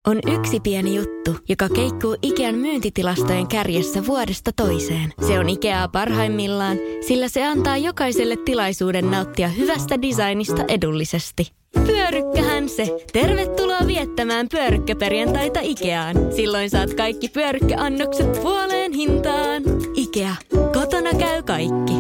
on yksi pieni juttu, joka keikkuu Ikean myyntitilastojen kärjessä vuodesta toiseen. Se on Ikeaa parhaimmillaan, sillä se antaa jokaiselle tilaisuuden nauttia hyvästä designista edullisesti. Pyörykkähän se! Tervetuloa viettämään pyörykkäperjantaita Ikeaan. Silloin saat kaikki pyörykkäannokset puoleen hintaan. Ikea. Kotona käy kaikki.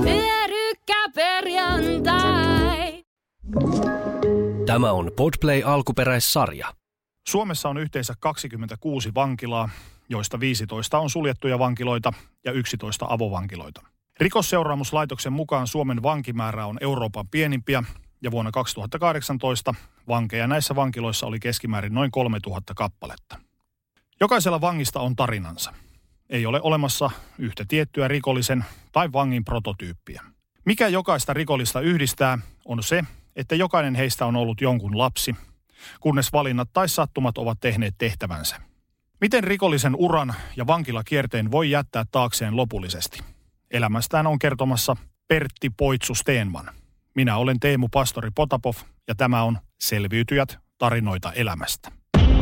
Pyörykkäperjantai! Tämä on Podplay alkuperäissarja. Suomessa on yhteensä 26 vankilaa, joista 15 on suljettuja vankiloita ja 11 avovankiloita. Rikosseuraamuslaitoksen mukaan Suomen vankimäärä on Euroopan pienimpiä ja vuonna 2018 vankeja näissä vankiloissa oli keskimäärin noin 3000 kappaletta. Jokaisella vangista on tarinansa. Ei ole olemassa yhtä tiettyä rikollisen tai vangin prototyyppiä. Mikä jokaista rikollista yhdistää on se, että jokainen heistä on ollut jonkun lapsi, kunnes valinnat tai sattumat ovat tehneet tehtävänsä. Miten rikollisen uran ja vankilakierteen voi jättää taakseen lopullisesti? Elämästään on kertomassa Pertti Poitsu Stenman. Minä olen Teemu Pastori Potapov ja tämä on Selviytyjät, tarinoita elämästä.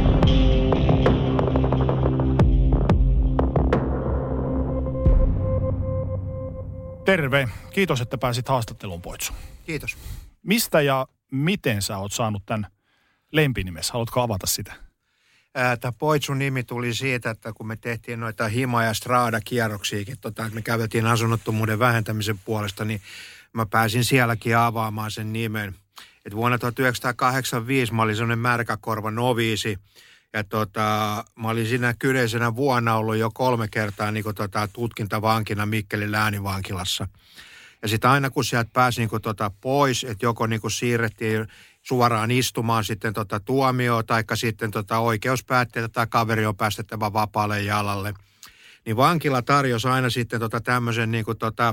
Terve. Kiitos, että pääsit haastatteluun, Poitsu. Kiitos. Mistä ja miten sä oot saanut tämän lempinimessä? Haluatko avata sitä? Tämä Poitsun nimi tuli siitä, että kun me tehtiin noita Hima- ja Strada-kierroksiakin, me käveltiin asunnottomuuden vähentämisen puolesta, niin mä pääsin sielläkin avaamaan sen nimen. Et vuonna 1985 mä olin sellainen märkäkorva noviisi, ja mä olin siinä kyseisenä vuonna ollut jo 3 kertaa niin tutkintavankina Mikkelin lääninvankilassa. Ja sitten aina kun sieltä pääsi niin pois, että joko niin siirrettiin suoraan istumaan sitten tuomioon, taikka sitten oikeus päätti, että kaveri on päästettävä vapaalle jalalle, niin vankila tarjosi aina sitten tämmöisen niin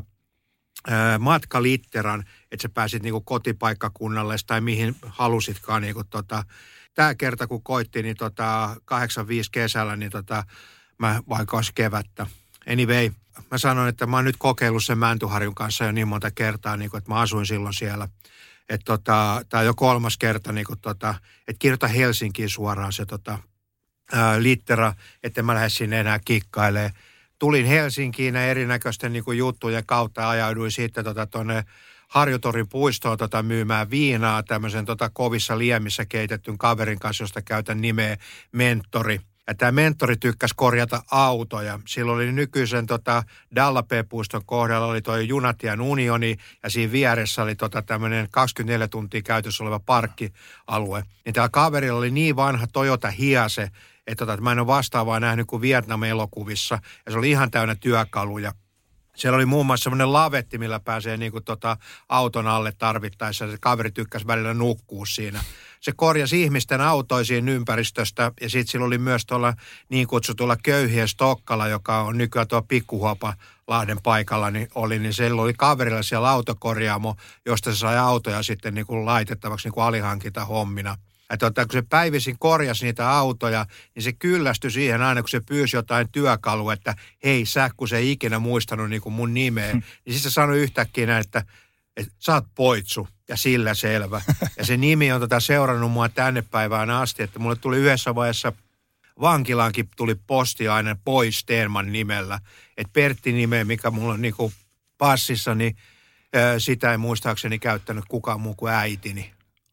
matkalitteran, että sä pääsit niin kotipaikkakunnalle tai mihin halusitkaan. Niin tämä kerta kun koitti, niin 85 kesällä, niin mä vaikka olisi kevättä. Anyway, mä sanoin, että mä oon nyt kokeillut sen Mäntyharjun kanssa jo niin monta kertaa, niin että mä asuin silloin siellä. Että tää on jo 3. kerta, niin että kirjoita Helsinkiin suoraan se littera, että mä lähde sinne enää kikkailemaan. Tulin Helsinkiin ja erinäköisten niin juttujen kautta ja ajauduin sitten tuonne Harjutorin puistoon myymään viinaa tämmöisen kovissa liemissä keitettyn kaverin kanssa, josta käytän nimeä Mentori. Ja tämä Mentori tykkäsi korjata autoja. Silloin oli nykyisen Dallapé-puiston kohdalla oli toi Junatien Unioni ja siinä vieressä oli tämmöinen 24 tuntia käytössä oleva parkkialue. Ja tämä kaverilla oli niin vanha Toyota Hiace, että mä en ole vastaavaa nähnyt kuin Vietnam-elokuvissa. Ja se oli ihan täynnä työkaluja. Siellä oli muun muassa semmoinen lavetti, millä pääsee auton alle tarvittaessa. Se kaveri tykkäsi välillä nukkua siinä. Se korjasi ihmisten autoja siinä ympäristöstä ja sitten sillä oli myös tuolla niin kutsutulla Köyhien Stokkala, joka on nykyään tuo Pikkuhuopalahden paikalla, niin siellä oli kaverilla siellä autokorjaamo, josta se sai autoja sitten laitettavaksi alihankintahommina. Että kun se päivisin korjasi niitä autoja, niin se kyllästyi siihen aina, kun se pyysi jotain työkalua, että hei sä, kun se ei ikinä muistanut mun nimeä. Niin sitten se sanoi yhtäkkiä näin, että sä oot Poitsu ja sillä selvä. Ja se nimi on seurannut mua tänne päivään asti, että mulle tuli yhdessä vaiheessa vankilaankin tuli posti aina Pois Stenman nimellä. Että Pertti-nimeä, mikä mulla on passissa, niin sitä ei muistaakseni käyttänyt kukaan muu kuin äitini.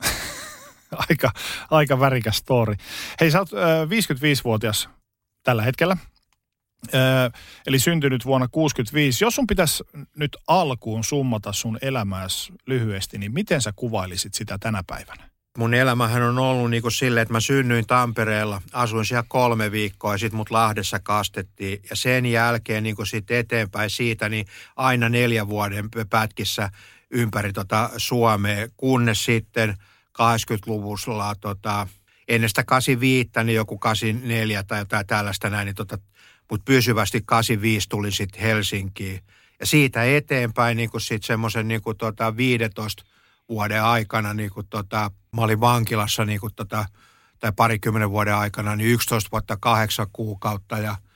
Aika värikäs story. Hei, sä oot 55-vuotias tällä hetkellä, eli syntynyt vuonna 65. Jos sun pitäisi nyt alkuun summata sun elämääsi lyhyesti, niin miten sä kuvailisit sitä tänä päivänä? Mun elämähän on ollut silleen, että mä synnyin Tampereella, asuin siellä 3 viikkoa ja sit mut Lahdessa kastettiin. Ja sen jälkeen sitten eteenpäin siitä, niin aina 4 vuoden pätkissä ympäri Suomea, kunnes sitten 80-luvulla, ennen sitä 85, niin joku 84 tai jotain tällaista näin, niin mutta pysyvästi 85 tuli sitten Helsinkiin. Ja siitä eteenpäin sitten semmoisen 15 vuoden aikana, mä olin vankilassa tai 20 vuoden aikana, niin 11 vuotta 8 kuukautta ja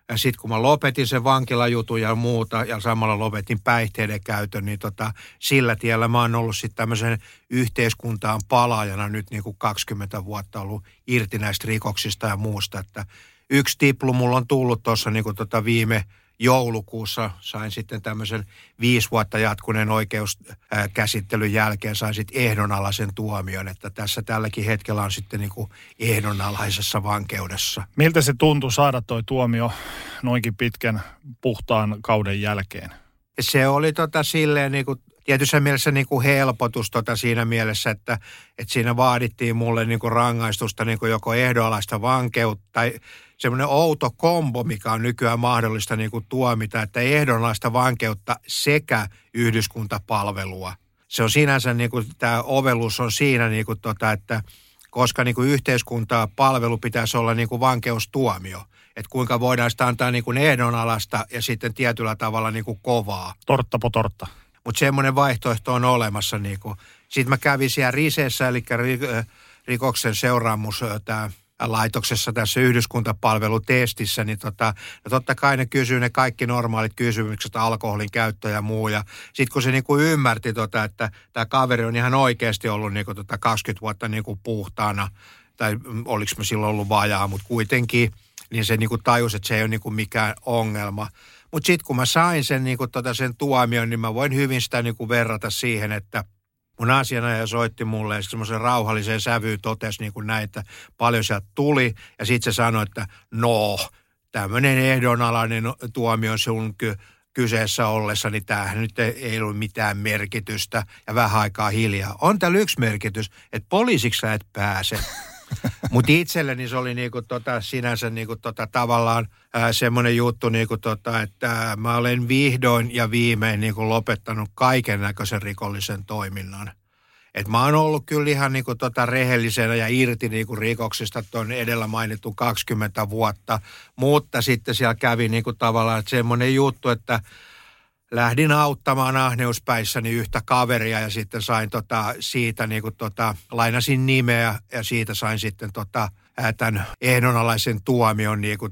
Ja sitten kun mä lopetin sen vankilajutun ja muuta ja samalla lopetin päihteiden käytön, niin sillä tiellä mä oon ollut sitten tämmöisen yhteiskuntaan palaajana nyt niin kuin 20 vuotta ollut irti näistä rikoksista ja muusta. Että yksi tiplu mulla on tullut tuossa niin kuin viime joulukuussa, sain sitten tämmöisen 5 vuotta jatkuneen oikeuskäsittelyn jälkeen, sain sitten ehdonalaisen tuomion, että tässä tälläkin hetkellä on sitten niin kuin ehdonalaisessa vankeudessa. Miltä se tuntui saada toi tuomio noinkin pitkän puhtaan kauden jälkeen? Se oli silleen niin kuin tietyssä mielessä niin kuin helpotus siinä mielessä, että siinä vaadittiin mulle niin kuin rangaistusta niin kuin joko ehdonalaista vankeutta tai semmoinen outo kombo, mikä on nykyään mahdollista niin kuin tuomita, että ehdonalaista vankeutta sekä yhdyskuntapalvelua. Se on sinänsä, niin kuin, tämä ovellus on siinä, niin kuin, että koska niin kuin yhteiskuntapalvelu pitäisi olla niin kuin vankeustuomio. Että kuinka voidaan sitä antaa niin kuin ehdonalaista ja sitten tietyllä tavalla niin kuin kovaa. Tortta po tortta. Mutta semmoinen vaihtoehto on olemassa. Niin kuin. Sitten mä kävin siellä RISEssä, eli rikoksen seuraamus tämä laitoksessa tässä yhdyskuntapalvelutestissä, niin totta kai ne kysyy ne kaikki normaalit kysymykset, alkoholin käyttö ja muu. Ja sitten kun se niinku ymmärti, että tämä kaveri on ihan oikeasti ollut niinku 20 vuotta niinku puhtaana, tai oliko mä silloin ollut vajaa, mutta kuitenkin, niin se niinku tajusi, että se ei ole niinku mikään ongelma. Mutta sitten kun mä sain sen, niinku sen tuomion, niin mä voin hyvin sitä niinku verrata siihen, että mun asianajaja soitti mulle ja semmoisen rauhalliseen sävyyn totesi niin kuin näin, että paljon sieltä tuli. Ja sitten se sanoi, että tämmöinen ehdonalainen tuomio sun kyseessä ollessa, niin tämähän nyt ei ollut mitään merkitystä. Ja vähän aikaa hiljaa. On täällä yksi merkitys, että poliisiksi sä et pääse. Mutta itselleni se oli niinku sinänsä niinku tavallaan semmoinen juttu, niinku että mä olen vihdoin ja viimein niinku lopettanut kaiken näköisen rikollisen toiminnan. Et mä oon ollut kyllä ihan niinku rehellisenä ja irti niinku rikoksista tuon edellä mainittu 20 vuotta, mutta sitten siellä kävi niinku tavallaan semmoinen juttu, että lähdin auttamaan ahneuspäissäni yhtä kaveria ja sitten sain siitä niinku lainasin nimeä ja siitä sain sitten tämän ehdonalaisen tuomion niinku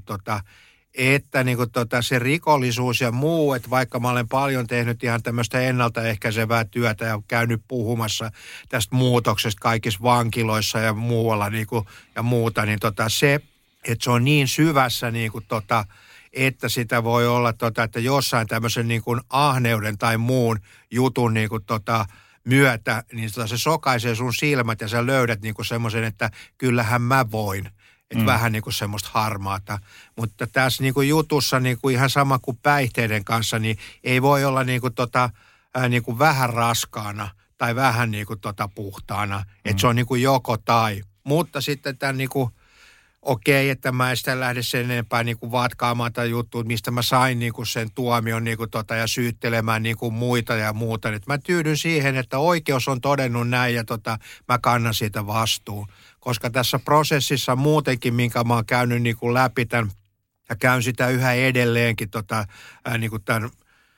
että niinku se rikollisuus ja muu, että vaikka mä olen paljon tehnyt ihan tämmöistä ennaltaehkäisevää työtä ja käynyt puhumassa tästä muutoksesta kaikissa vankiloissa ja muualla niinku ja muuta, niin se, että se on niin syvässä niinku että sitä voi olla, että jossain tämmöisen niin kuin ahneuden tai muun jutun niin kuin myötä, niin se sokaisee sun silmät ja sä löydät niin kuin semmoisen, että kyllähän mä voin. Että vähän niin kuin semmoista harmaata. Mutta tässä niin kuin jutussa niin kuin ihan sama kuin päihteiden kanssa, niin ei voi olla niin kuin niin kuin vähän raskaana tai vähän niin kuin puhtaana. Että se on niin kuin joko tai. Mutta sitten tämän niin kuin okei, että mä en sitä lähde sen enempää niin kuin vatkaamaan tai juttuun, mistä mä sain niin kuin sen tuomion niin kuin ja syyttelemään niin kuin muita ja muuta. Et mä tyydyn siihen, että oikeus on todennut näin ja mä kannan siitä vastuun. Koska tässä prosessissa muutenkin, minkä mä oon käynyt niin kuin läpi tämän, ja käyn sitä yhä edelleenkin niin kuin tämän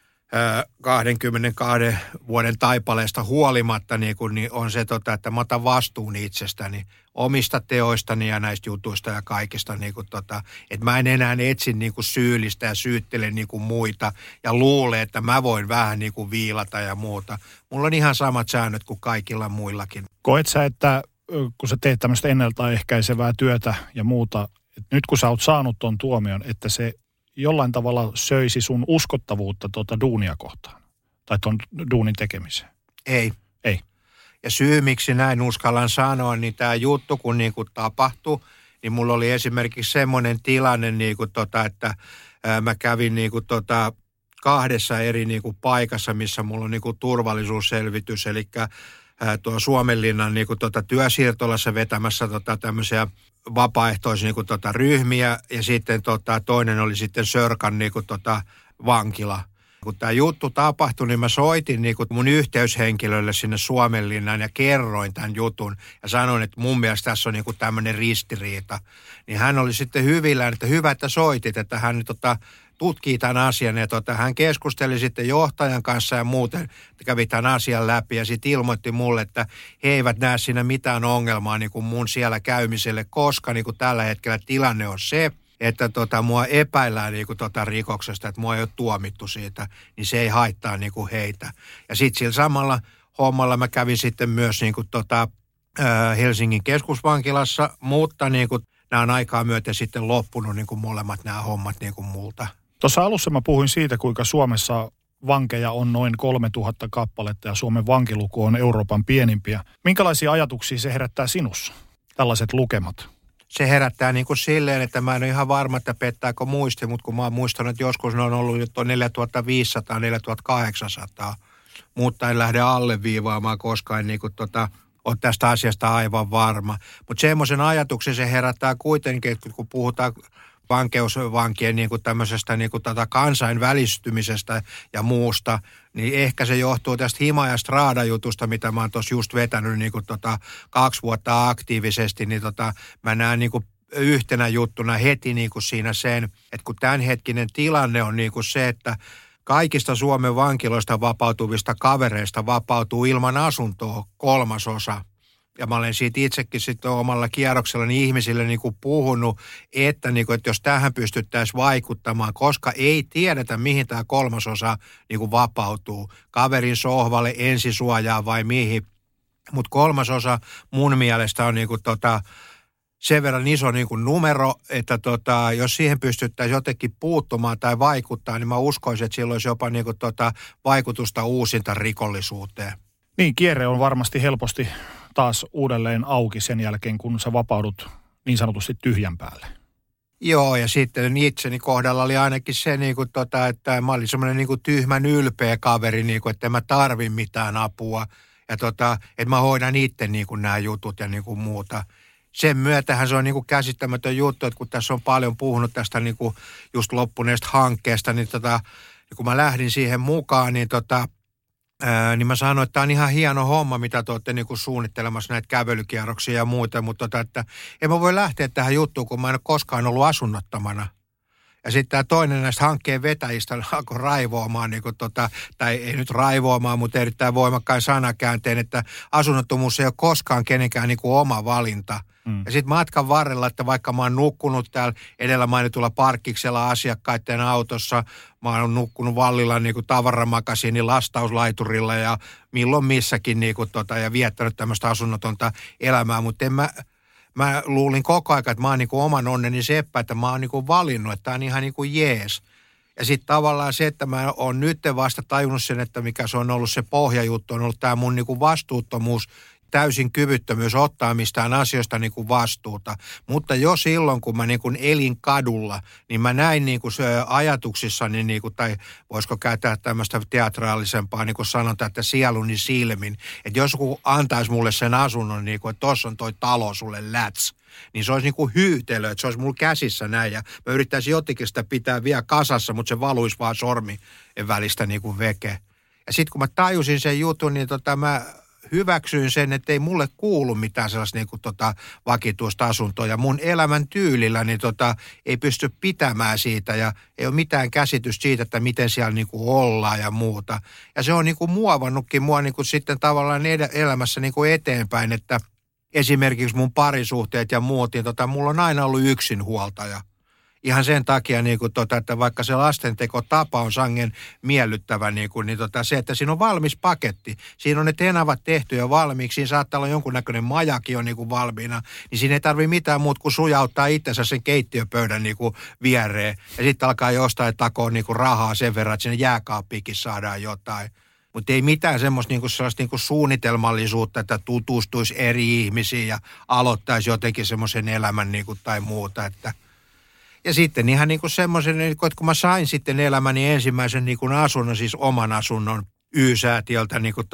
22 vuoden taipaleesta huolimatta, niin on se, että mä otan vastuun itsestäni, omista teoistani ja näistä jutuista ja kaikista. Niin että mä en enää etsi niin kuin syyllistä ja syyttele niin kuin muita ja luule, että mä voin vähän niin kuin viilata ja muuta. Mulla on ihan samat säännöt kuin kaikilla muillakin. Koet sä, että kun sä teet tämmöistä ennaltaehkäisevää työtä ja muuta, että nyt kun sä oot saanut ton tuomion, että se jollain tavalla söisi sun uskottavuutta duunia kohtaan tai ton duunin tekemiseen? Ei. Ei. Ja syy, miksi näin uskallan sanoa, niin tämä juttu, kun niinku tapahtui, niin mulla oli esimerkiksi semmoinen tilanne, niinku että mä kävin niinku 2 eri niinku paikassa, missä mulla on niinku turvallisuusselvitys, eli tuo Suomenlinnan niinku työsiirtolassa vetämässä tämmöisiä vapaaehtoisia niinku ryhmiä ja sitten toinen oli sitten Sörkan niinku vankila. Kun tämä juttu tapahtui, niin mä soitin niinku mun yhteyshenkilölle sinne Suomenlinnaan ja kerroin tämän jutun ja sanoin, että mun mielestä tässä on niinku tämmöinen ristiriita. Niin hän oli sitten hyvillään, että hyvä, että soitit, että hän nyt tutkii tämän asian ja hän keskusteli sitten johtajan kanssa ja muuten kävi tämän asian läpi ja sitten ilmoitti mulle, että he eivät näe siinä mitään ongelmaa niin kuin mun siellä käymiselle, koska niin kuin tällä hetkellä tilanne on se, että mua epäillään niin kuin rikoksesta, että mua ei ole tuomittu siitä, niin se ei haittaa niin kuin heitä. Ja sitten sillä samalla hommalla mä kävin sitten myös niin kuin Helsingin keskusvankilassa, mutta niin kuin nämä on aikaa myöten sitten loppunut niin kuin molemmat nämä hommat niin kuin multa. Tuossa alussa mä puhuin siitä, kuinka Suomessa vankeja on noin 3000 kappaletta ja Suomen vankiluku on Euroopan pienimpiä. Minkälaisia ajatuksia se herättää sinussa, tällaiset lukemat? Se herättää niin kuin silleen, että mä en ole ihan varma, että pettääkö muisti, mutta kun mä oon muistanut, että joskus ne on ollut nyt 4500, 4800, mutta en lähde alleviivaamaan, koska en niin kuin ole tästä asiasta aivan varma. Mutta semmoisen ajatuksen se herättää kuitenkin, että kun puhutaan vankeusvankien niin kuin tämmöisestä niin kuin kansainvälistymisestä ja muusta, niin ehkä se johtuu tästä Hima ja Strada-jutusta, mitä mä oon tuossa just vetänyt niin kuin 2 vuotta aktiivisesti, niin mä näen niin kuin yhtenä juttuna heti niin kuin siinä sen, että kun tämänhetkinen tilanne on niin kuin se, että kaikista Suomen vankiloista vapautuvista kavereista vapautuu ilman asuntoa 1/3. Ja mä olen siitä itsekin sitten omalla kierroksellani ihmisille niin kuin puhunut, että jos tähän pystyttäisiin vaikuttamaan, koska ei tiedetä, mihin tämä 1/3 niin kuin vapautuu. Kaverin sohvalle, ensisuojaa vai mihin. Mutta 1/3 mun mielestä on niin kuin sen verran iso niin kuin numero, että jos siihen pystyttäisiin jotenkin puuttumaan tai vaikuttaa, niin mä uskoisin, että sillä olisi jopa niin kuin vaikutusta uusinta rikollisuuteen. Niin, kierre on varmasti helposti taas uudelleen auki sen jälkeen, kun sä vapaudut niin sanotusti tyhjän päälle. Joo, ja sitten itseni kohdalla oli ainakin se, että mä olin semmoinen tyhmän ylpeä kaveri, että en mä tarvi mitään apua. Ja että mä hoidan itse nämä jutut ja muuta. Sen myötähän se on käsittämätön juttu, että kun tässä on paljon puhunut tästä just loppuneesta hankkeesta, niin kun mä lähdin siihen mukaan, niin mä sanoin, että tämä on ihan hieno homma, mitä te olette suunnittelemassa näitä kävelykierroksia ja muuta, mutta että en mä voi lähteä tähän juttuun, kun mä en ole koskaan ollut asunnottomana. Ja sitten tämä toinen näistä hankkeen vetäjistä alkoi raivoamaan, tai ei nyt raivoamaan, mutta erittäin voimakkain sanakäänteen, että asunnottomuus ei ole koskaan kenenkään oma valinta. Ja sitten matkan varrella, että vaikka mä oon nukkunut täällä edellä mainitulla parkkiksella asiakkaiden autossa, mä oon nukkunut Vallilla tavaramakasiinin lastauslaiturilla ja milloin missäkin ja viettänyt tämmöistä asunnotonta elämää, mutta mä luulin koko ajan, että mä oon oman onneni seppä, että mä oon valinnut, että tää on ihan jees. Ja sitten tavallaan se, että mä oon nyt vasta tajunnut sen, että mikä se on ollut se pohjajuttu, on ollut tää mun vastuuttomuus, täysin kyvyttömyys ottaa mistään asioista vastuuta. Mutta jo silloin, kun mä elin kadulla, niin mä näin se ajatuksissani, tai voisiko käyttää tämmöistä teatraalisempaa sanontaa, että sieluni silmin. Että jos joku antaisi mulle sen asunnon, että tossa on toi talo sulle läts, niin se olisi hyytelö, että se olisi mulla käsissä näin. Ja mä yrittäisin jotenkin sitä pitää vielä kasassa, mutta se valuisi vaan sormi välistä veke. Ja sitten kun mä tajusin sen jutun, niin mä hyväksyin sen, että ei mulle kuulu mitään sellaista vakituista asuntoa ja mun elämän tyylillä ei pysty pitämään siitä ja ei ole mitään käsitystä siitä, että miten siellä ollaan ja muuta. Ja se on muovannutkin mua sitten tavallaan elämässä eteenpäin, että esimerkiksi mun parisuhteet ja muut, niin mulla on aina ollut yksinhuoltaja. Ihan sen takia, että vaikka se lastentekotapa on sangen miellyttävä, se, että siinä on valmis paketti. Siinä on ne tenavat tehty jo valmiiksi, siinä saattaa olla jonkunnäköinen majakin on valmiina, niin siinä ei tarvitse mitään muuta kuin sujauttaa itsensä sen keittiöpöydän viereen. Ja sitten alkaa jostain takoa rahaa sen verran, että sinne jääkaappiikin saadaan jotain. Mutta ei mitään semmoista suunnitelmallisuutta, että tutustuisi eri ihmisiin ja aloittaisi jotenkin semmoisen elämän tai muuta, että ja sitten ihan semmoisen, että kun mä sain sitten elämäni ensimmäisen asunnon, siis oman asunnon Y-säätiöltä,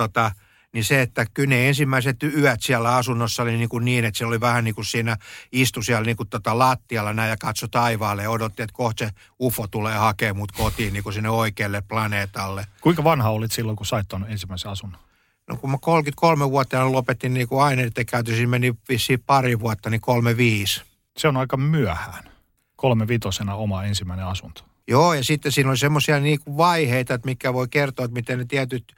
niin se, että kyllä ne ensimmäiset yöt siellä asunnossa oli niin, että se oli vähän siinä, istui siellä lattialla näin ja katsoi taivaalle ja odotti, että kohta se UFO tulee hakemaan mut kotiin sinne oikealle planeetalle. Kuinka vanha olit silloin, kun sait ton ensimmäisen asunnon? No kun mä 33-vuotiaana lopetin aineiden käytössä, meni vissiin pari vuotta, niin 35. Se on aika myöhään. 35-vuotiaana oma ensimmäinen asunto. Joo, ja sitten siinä oli semmoisia vaiheita, että mikä voi kertoa, että miten ne tietyt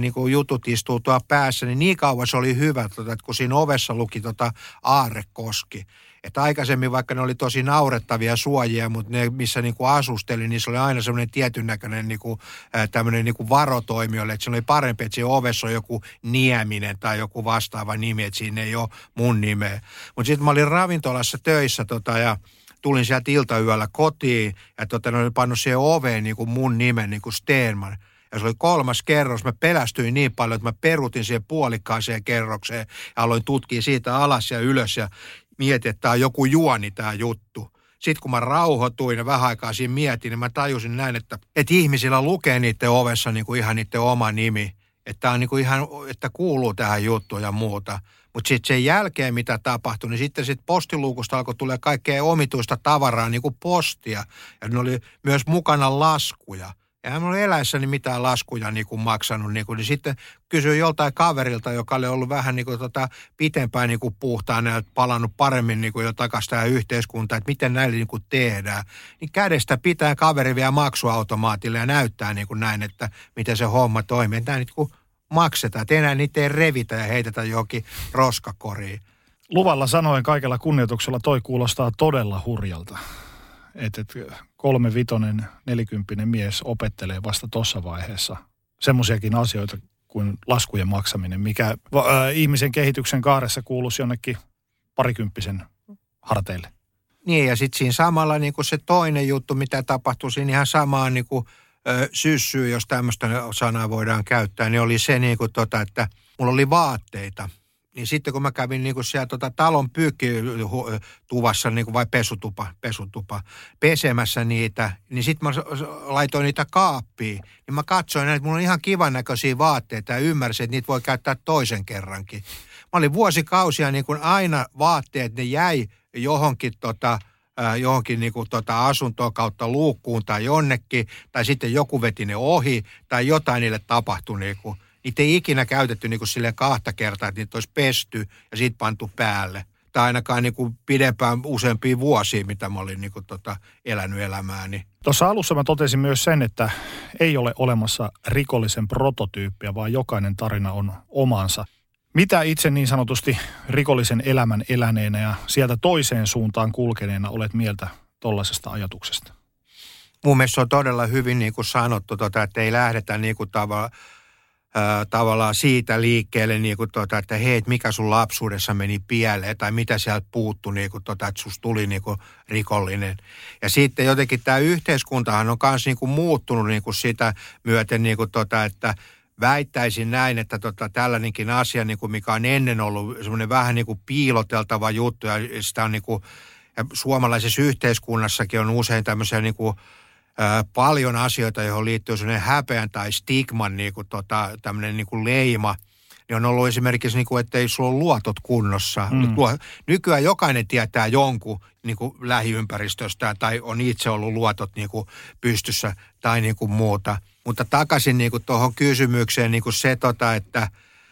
jutut istuu tuolla päässä, niin kauan se oli hyvä, että kun siinä ovessa luki Aarrekoski. Että aikaisemmin, vaikka ne oli tosi naurettavia suojia, mutta ne, missä niin kuin asusteli, niin se oli aina semmoinen tietyn näköinen niin kuin, tämmöinen niin kuin varotoimijoille, että se oli parempi, että siinä ovessa on joku Nieminen tai joku vastaava nimi, että siinä ei ole mun nimeä. Mutta sitten mä olin ravintolassa töissä ja tulin sieltä iltayöllä kotiin ja ne oli pannut siihen oveen niin kuin mun nimen, niin kuin Stenman. Ja se oli 3. kerros. Mä pelästyin niin paljon, että mä perutin siihen puolikkaaseen kerrokseen ja aloin tutkia siitä alas ja ylös ja mietin, että tämä on joku juoni tämä juttu. Sitten kun mä rauhoituin ja vähän aikaa siinä mietin, niin mä tajusin näin, että ihmisillä lukee niiden ovessa niin kuin ihan niiden oma nimi. Että tämä on niin kuin ihan, että kuuluu tähän juttuun ja muuta. Mutta sitten sen jälkeen, mitä tapahtui, niin sitten postiluukusta alkoi tulla kaikkea omituista tavaraa, niin kuin postia. Ja ne oli myös mukana laskuja. Ja en ole eläessäni mitään laskuja niin kuin maksanut. Niin sitten kysyin joltain kaverilta, joka oli ollut vähän niin kuin pitempään niin kuin puhtaana ja palannut paremmin niin kuin jo takaisin tähän yhteiskuntaan, että miten näille niin kuin tehdään. Niin kädestä pitää kaveri vielä maksuautomaatille ja näyttää niin kuin näin, että miten se homma toimii. Tämä niin kuin maksetaan, että enää niitä ei revitä ja heitetä johonkin roskakoriin. Luvalla sanoen kaikella kunnioituksella toi kuulostaa todella hurjalta. Että 3-5, 40 mies opettelee vasta tuossa vaiheessa semmoisiakin asioita kuin laskujen maksaminen, mikä ihmisen kehityksen kaaressa kuuluisi jonnekin 20 harteille. Niin ja sitten siinä samalla niin kuin se toinen juttu, mitä tapahtui siinä ihan samaan niin kuin syssyyn, jos tämmöistä sanaa voidaan käyttää, niin oli se, niin kuin että mulla oli vaatteita. Niin sitten kun mä kävin niin kuin siellä talon pyykkituvassa niin kuin vai pesutupa, pesemässä niitä, niin sitten mä laitoin niitä kaappiin. Niin mä katsoin, että mulla on ihan kivan näköisiä vaatteita ja ymmärsin, että niitä voi käyttää toisen kerrankin. Mä olin vuosikausia niin kuin aina vaatteet, ne jäi johonkin johonkin niin kuin asuntoon kautta luukkuun tai jonnekin, tai sitten joku veti ne ohi, tai jotain niille tapahtui. Niin kuin. Niitä ei ikinä käytetty niin kuin silleen 2 kertaa, että niitä olisi pesty ja siitä pantu päälle. Tai ainakaan niin kuin pidempään useampia vuosia, mitä mä olin niin kuin elänyt elämääni. Tuossa alussa mä totesin myös sen, että ei ole olemassa rikollisen prototyyppiä, vaan jokainen tarina on omansa. Mitä itse niin sanotusti rikollisen elämän eläneenä ja sieltä toiseen suuntaan kulkeneena olet mieltä tollaisesta ajatuksesta? Mun mielestä se on todella hyvin niin kuin sanottu, että ei lähdetä niin kuin tavallaan siitä liikkeelle, niin kuin että hei, mikä sun lapsuudessa meni pieleen tai mitä sieltä puuttui, niin kuin että susta tuli niin kuin rikollinen. Ja sitten jotenkin tämä yhteiskuntahan on myös niin kuin muuttunut niin kuin sitä myöten, niin kuin että väittäisin näin, että tällainenkin asia, niin kuin mikä on ennen ollut semmoinen vähän niin kuin piiloteltava juttu ja sitä on niin kuin, ja suomalaisessa yhteiskunnassakin on usein tämmöisiä niin kuin paljon asioita, johon liittyy sellainen häpeän tai stigman niin kuin tämmöinen niin kuin leima. Niin on ollut esimerkiksi, niin kuin, että ei sulla ole luotot kunnossa. Nykyään jokainen tietää jonkun niin kuin lähiympäristöstä tai on itse ollut luotot niin kuin pystyssä tai niin kuin muuta. Mutta takaisin niin kuin tuohon kysymykseen niin kuin se, että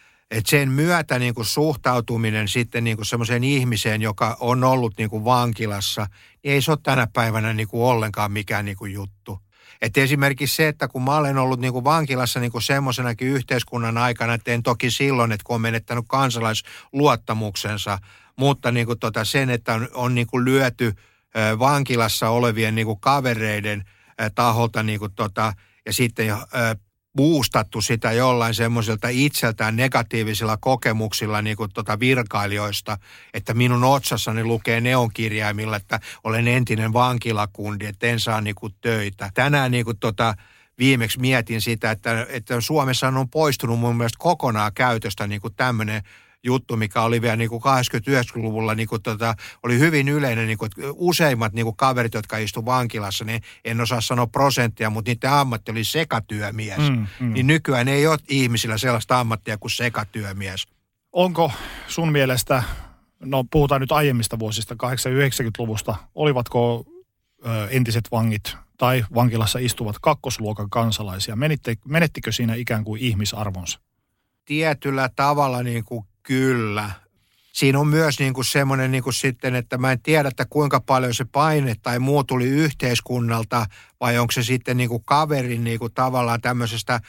sen myötä niin kuin suhtautuminen sitten niin kuin semmoiseen ihmiseen, joka on ollut niin kuin vankilassa, niin ei se ole tänä päivänä niin kuin ollenkaan mikään niin kuin juttu. Että esimerkiksi se, että kun mä olen ollut niin kuin vankilassa niin kuin semmoisenakin yhteiskunnan aikana, että en toki silloin, että kun on menettänyt kansalaisluottamuksensa, mutta niin kuin sen, että on niin kuin lyöty vankilassa olevien niin kuin kavereiden taholta niin kuin ja sitten boostattu sitä jollain semmoisilta itseltään negatiivisilla kokemuksilla niin kuin virkailijoista, että minun otsassani lukee neonkirjaimilla, että olen entinen vankilakundi, että en saa niin kuin töitä. Tänään niin kuin viimeksi mietin sitä, että Suomessa on poistunut mun mielestä kokonaan käytöstä niin kuin tämmöinen juttu, mikä oli vielä niin kuin 80-90-luvulla, niin kuin oli hyvin yleinen, niin kuin, että useimmat niin kuin kaverit, jotka istu vankilassa, niin en osaa sanoa prosenttia, mutta niiden ammatti oli sekatyömies. Niin nykyään ei ole ihmisillä sellaista ammattia kuin sekatyömies. Onko sun mielestä, no puhutaan nyt aiemmista vuosista, 80-90-luvusta, olivatko entiset vangit tai vankilassa istuvat kakkosluokan kansalaisia? Menettikö siinä ikään kuin ihmisarvonsa? Tietyllä tavalla niin kuin kyllä. Siinä on myös niin kuin semmoinen niin kuin sitten, että mä en tiedä, että kuinka paljon se paine tai muu tuli yhteiskunnalta, vai onko se sitten niin kuin kaverin niin kuin tavallaan tämmöisestä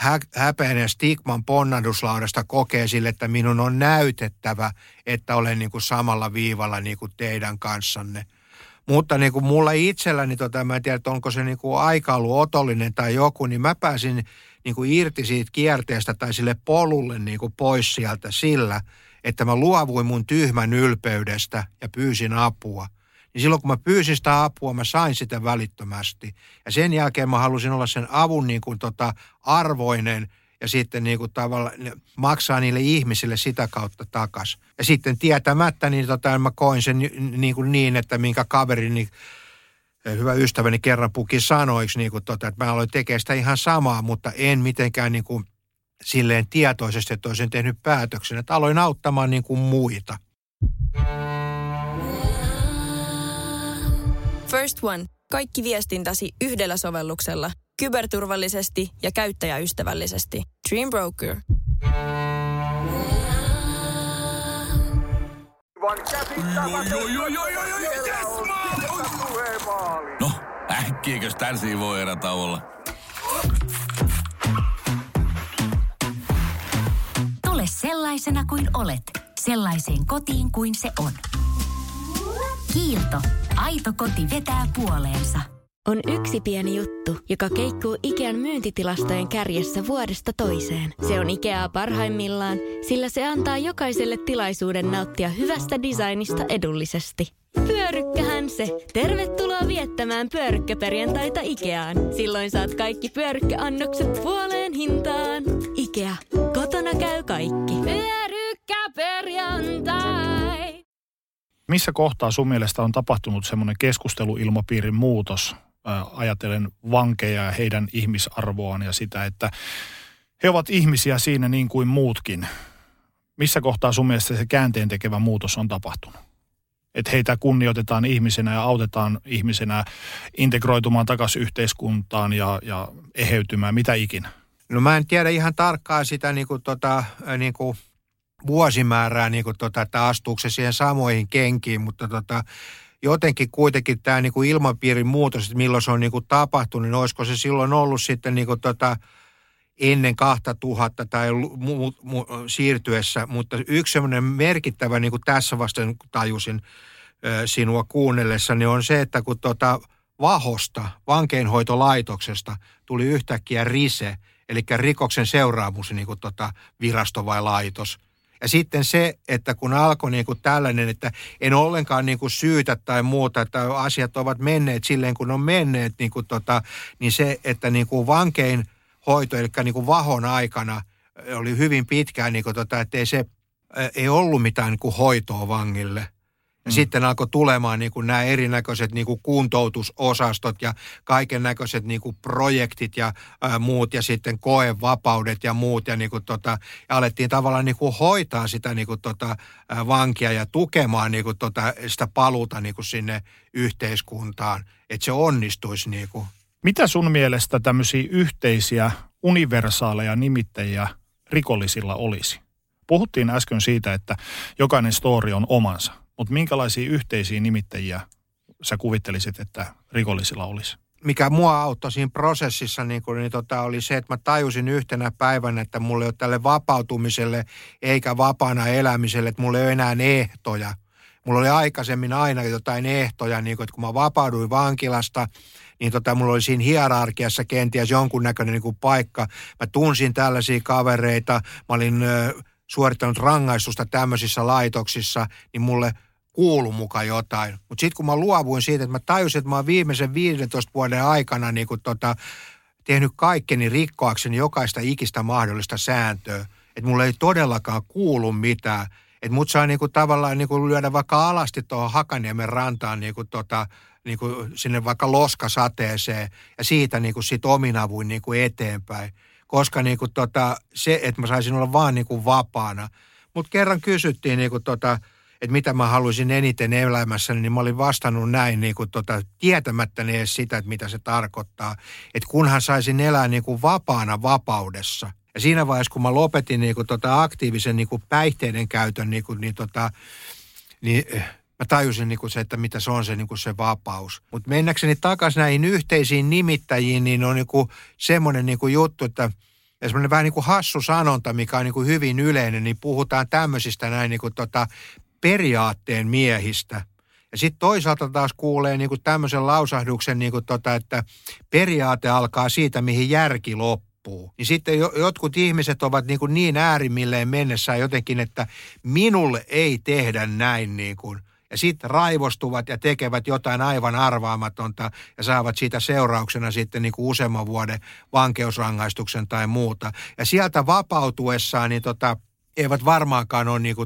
häpeän ja stigman ponnahduslaudasta kokee sille, että minun on näytettävä, että olen niin kuin samalla viivalla niin kuin teidän kanssanne. Mutta niin kuin mulla itselläni, mä en tiedä, että onko se niin kuin aika ollut otollinen tai joku, niin mä pääsin niin kuin irti siitä kierteestä tai sille polulle niin kuin pois sieltä sillä, että mä luovuin mun tyhmän ylpeydestä ja pyysin apua. Niin silloin kun mä pyysin sitä apua, mä sain sitä välittömästi. Ja sen jälkeen mä halusin olla sen avun niin kuin arvoinen ja sitten niin kuin tavallaan maksaa niille ihmisille sitä kautta takas. Ja sitten tietämättä, niin mä koin sen niin, että minkä kaverini, hyvä ystäväni kerran puki sanoiksi, niin kuin että mä aloin tekemään sitä ihan samaa, mutta en mitenkään niin kuin silleen tietoisesti, että olisin tehnyt päätöksen, että aloin auttamaan niin kuin muita. First One. Kaikki viestintäsi yhdellä sovelluksella. Kyberturvallisesti ja käyttäjäystävällisesti. Dream Broker. No, äkkiäkös tän siivoo erätauolla? Tule sellaisena kuin olet, sellaiseen kotiin kuin se on. Kiilto. Aito koti vetää puoleensa. On yksi pieni juttu, joka keikkuu Ikean myyntitilastojen kärjessä vuodesta toiseen. Se on Ikeaa parhaimmillaan, sillä se antaa jokaiselle tilaisuuden nauttia hyvästä designista edullisesti. Pyörykkähän se! Tervetuloa viettämään pyörykkäperjantaita Ikeaan. Silloin saat kaikki pyörykkäannokset puoleen hintaan. Ikea. Kotona käy kaikki. Pyörykkäperjantai! Missä kohtaa sun mielestä on tapahtunut semmoinen keskusteluilmapiirin muutos, ajatellen vankeja ja heidän ihmisarvoaan ja sitä, että he ovat ihmisiä siinä niin kuin muutkin. Missä kohtaa sun mielestä se käänteen tekevä muutos on tapahtunut? Että heitä kunnioitetaan ihmisenä ja autetaan ihmisenä integroitumaan takaisin yhteiskuntaan ja eheytymään, mitä ikinä? No mä en tiedä ihan tarkkaan sitä vuosimäärää, että astuuko se siihen samoihin kenkiin, mutta jotenkin kuitenkin tämä ilmapiirin muutos, että milloin se on tapahtunut, niin olisiko se silloin ollut sitten ennen 2000 tai siirtyessä, mutta yksi semmoinen merkittävä, tässä vasta tajusin sinua kuunnellessa, niin on se, että kun Vahosta, vankeinhoitolaitoksesta, tuli yhtäkkiä RISE, eli rikoksen seuraamus virasto vai laitos. Ja sitten se, että kun alkoi tällainen, että en ollenkaan syytä tai muuta, että asiat ovat menneet silleen, kun on menneet, niin se, että vankeinhoito, eli Vahon aikana oli hyvin pitkään, että ei ollut mitään hoitoa vangille. Ja sitten alkoi tulemaan nämä erinäköiset kuntoutusosastot ja kaiken näköiset projektit ja muut ja sitten koevapaudet ja muut. Ja, ja alettiin tavallaan hoitaa sitä vankia ja tukemaan sitä paluuta sinne yhteiskuntaan, että se onnistuisi. Mitä sun mielestä tämmöisiä yhteisiä universaaleja nimittäjiä rikollisilla olisi? Puhuttiin äsken siitä, että jokainen story on omansa. Mutta minkälaisia yhteisiä nimittäjiä sä kuvittelisit, että rikollisilla olisi? Mikä mua auttoi siinä prosessissa oli se, että mä tajusin yhtenä päivänä, että mulla ei ole tälle vapautumiselle eikä vapaana elämiselle, että mulla ei ole enää ehtoja. Mulla oli aikaisemmin aina jotain ehtoja, että kun mä vapauduin vankilasta, niin mulla oli siinä hierarkiassa kenties jonkunnäköinen paikka. Mä tunsin tällaisia kavereita, mä olin suorittanut rangaistusta tämmöisissä laitoksissa, niin mulle kuului mukaan jotain. Mutta sitten kun mä luovuin siitä, että mä tajusin, että mä oon viimeisen 15 vuoden aikana tehnyt kaikkeni rikkoakseni jokaista ikistä mahdollista sääntöä, että mulle ei todellakaan kuulu mitään. Että mut saa tavallaan lyödä vaikka alasti tuohon Hakaniemen rantaan sinne vaikka loskasateeseen ja siitä sit omin avuin eteenpäin. Koska se, että mä saisin olla vaan vapaana. Mutta kerran kysyttiin että mitä mä haluaisin eniten elämässäni, niin mä olin vastannut näin tietämättäni edes sitä, että mitä se tarkoittaa. Että kunhan saisin elää vapaana vapaudessa. Ja siinä vaiheessa, kun mä lopetin aktiivisen päihteiden käytön, niin mä tajusin se, että mitä se on se vapaus. Mutta mennäkseni takaisin näihin yhteisiin nimittäjiin, niin on semmoinen juttu, että Ja semmoinen vähän niin kuin hassu sanonta, mikä on niin kuin hyvin yleinen, niin puhutaan tämmöisistä näin niin kuin periaatteen miehistä. Ja sitten toisaalta taas kuulee niin kuin tämmöisen lausahduksen, niin kuin että periaate alkaa siitä, mihin järki loppuu. Niin sitten jotkut ihmiset ovat niin äärimmilleen mennessään jotenkin, että minulle ei tehdä näin niin kuin. Ja sitten raivostuvat ja tekevät jotain aivan arvaamatonta ja saavat siitä seurauksena sitten niin kuin useamman vuoden vankeusrangaistuksen tai muuta. Ja sieltä vapautuessaan niin eivät varmaankaan ole niin kuin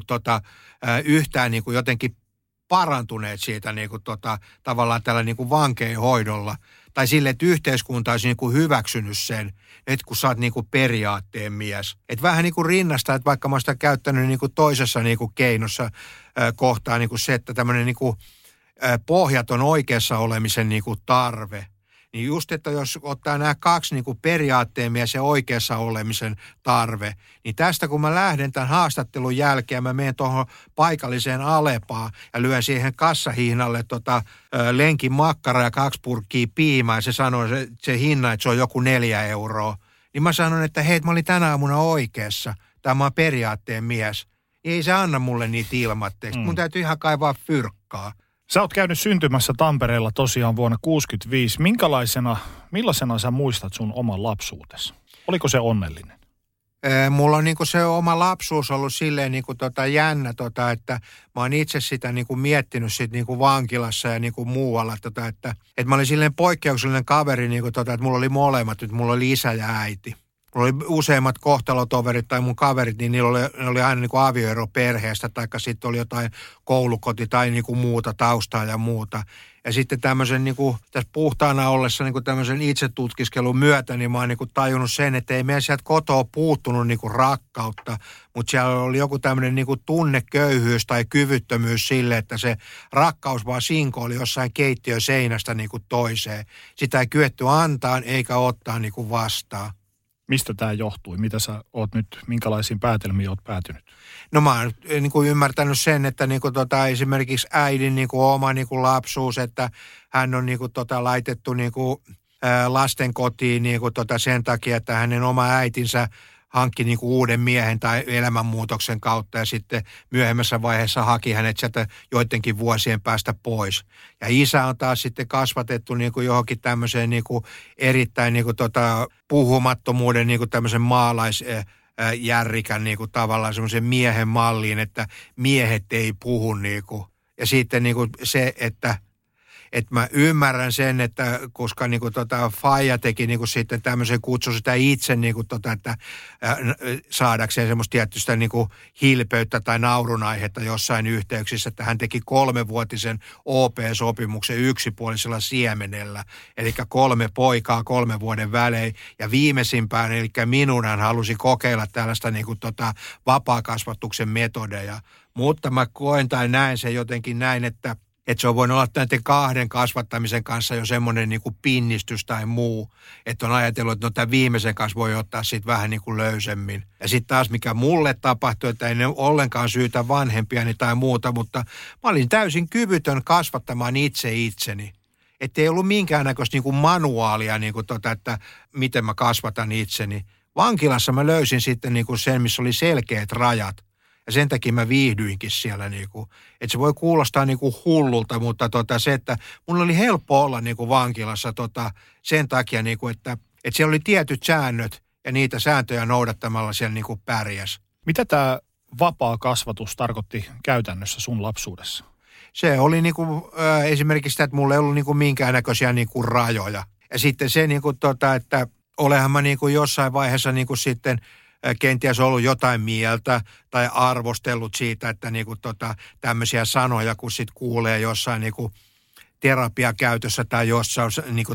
yhtään niin kuin jotenkin parantuneet siitä niin kuin tavallaan tällä niin kuin vankeinhoidolla. Tai sille, että yhteiskunta olisi niin kuin hyväksynyt sen, että kun sä oot niin kuin periaatteen mies. Että vähän niin kuin rinnasta, että vaikka mä oon sitä käyttänyt niin kuin toisessa niin kuin keinossa kohtaa niin kuin se, että tämmöinen niin kuin pohjaton oikeassa olemisen niin kuin tarve. Niin just, että jos ottaa nämä kaksi niin kuin periaatteen mies ja oikeassa olemisen tarve, niin tästä kun mä lähden tämän haastattelun jälkeen, mä menen tuohon paikalliseen Alepaan ja lyön siihen kassahihnalle lenkin makkara ja 2 purkkia piimää ja se sanoo se hinna, että se on joku 4 euroa. Niin mä sanon, että hei, mä olin tänä aamuna oikeassa, tämä on periaatteen mies. Ei se anna mulle niitä ilmatteeksi. Mun täytyy ihan kaivaa fyrkkaa. Sä oot käynyt syntymässä Tampereella tosiaan vuonna 1965. Millaisena sä muistat sun oman lapsuutesi? Oliko se onnellinen? Mulla on niinku se oma lapsuus ollut silleen niinku jännä, että mä oon itse sitä niinku miettinyt sit niinku vankilassa ja niinku muualla, että mä olin silleen poikkeuksellinen kaveri, niinku että mulla oli molemmat, että mulla oli isä ja äiti. Mulla oli useimmat kohtalotoverit tai mun kaverit, niin niillä oli aina niin kuin avioero perheestä, taikka sitten oli jotain koulukoti tai niin kuin muuta taustaa ja muuta. Ja sitten tämmöisen niin kuin tässä puhtaana ollessa niin kuin tämmöisen itsetutkiskelun myötä, niin mä oon niin kuin tajunnut sen, että ei meidän sieltä kotoa puuttunut niin kuin rakkautta, mutta siellä oli joku tämmöinen niin kuin tunneköyhyys tai kyvyttömyys sille, että se rakkaus vaan sinko oli jossain keittiön seinästä niin kuin toiseen. Sitä ei kyetty antaa eikä ottaa niin kuin vastaan. Mistä tämä johtui? Mitä sä oot nyt, minkälaisiin päätelmiin oot päätynyt? No mä oon niin kuin ymmärtänyt sen, että niin kuin esimerkiksi äidin niin kuin oma niin kuin lapsuus, että hän on niin kuin laitettu niin kuin lastenkotiin niin kuin sen takia, että hänen oma äitinsä hankki niin kuin uuden miehen tai elämänmuutoksen kautta ja sitten myöhemmässä vaiheessa haki hänet sieltä joidenkin vuosien päästä pois. Ja isä on taas sitten kasvatettu niin kuin johonkin tämmöiseen niin kuin erittäin niin kuin puhumattomuuden niin kuin tämmöisen maalaisjärrikän niin kuin tavallaan semmoisen miehen malliin, että miehet ei puhu niin kuin. Ja sitten niin kuin se, että mä ymmärrän sen, että koska niinku faija teki niinku sitten tämmöisen kutsu sitä itse niinku että saadakseen semmoista tietystä niinku hilpeyttä tai naurunaihetta jossain yhteyksissä, että hän teki 3-vuotisen OP-sopimuksen yksipuolisella siemenellä, eli 3 poikaa 3 vuoden välein ja viimeisimpään, eli minun hän halusi kokeilla tällaista niinku vapaakasvatuksen metodeja, mutta mä koen tai näen sen jotenkin näin, että se on voinut olla näiden 2 kasvattamisen kanssa jo semmoinen niin kuin pinnistys tai muu, että on ajatellut, että tämän viimeisen kanssa voi ottaa sitten vähän niin kuin löysemmin. Ja sitten taas mikä mulle tapahtui, että ei ne ollenkaan syytä vanhempiani tai muuta, mutta mä olin täysin kyvytön kasvattamaan itseni. Että ei ollut minkäännäköistä niin kuin manuaalia, niin kuin että miten mä kasvatan itseni. Vankilassa mä löysin sitten niin kuin sen, missä oli selkeät rajat. Ja sen takia mä viihdyinkin siellä niinku, että se voi kuulostaa niinku hullulta, mutta se, että mun oli helppo olla niinku vankilassa sen takia niinku, että siellä oli tietyt säännöt ja niitä sääntöjä noudattamalla siellä niinku pärjäs. Mitä tämä vapaa kasvatus tarkoitti käytännössä sun lapsuudessa? Se oli niinku esimerkiksi sitä, että mulla ei ollut niinku minkäännäköisiä niinku rajoja. Ja sitten se niinku että olehan mä niinku jossain vaiheessa niinku sitten kenties ollut jotain mieltä tai arvostellut siitä, että niinku tämmöisiä sanoja, kun sit kuulee jossain niinku terapiakäytössä tai jossain niinku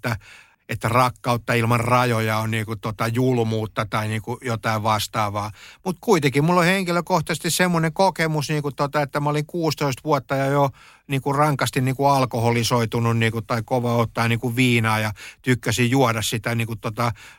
että rakkautta ilman rajoja on niinku julmuutta tai niinku jotain vastaavaa. Mutta kuitenkin mulla on henkilökohtaisesti semmoinen kokemus, niinku että mä olin 16 vuotta ja jo niinku rankasti niinku alkoholisoitunut niinku, tai kova ottaa niinku viinaa ja tykkäsin juoda sitä niinku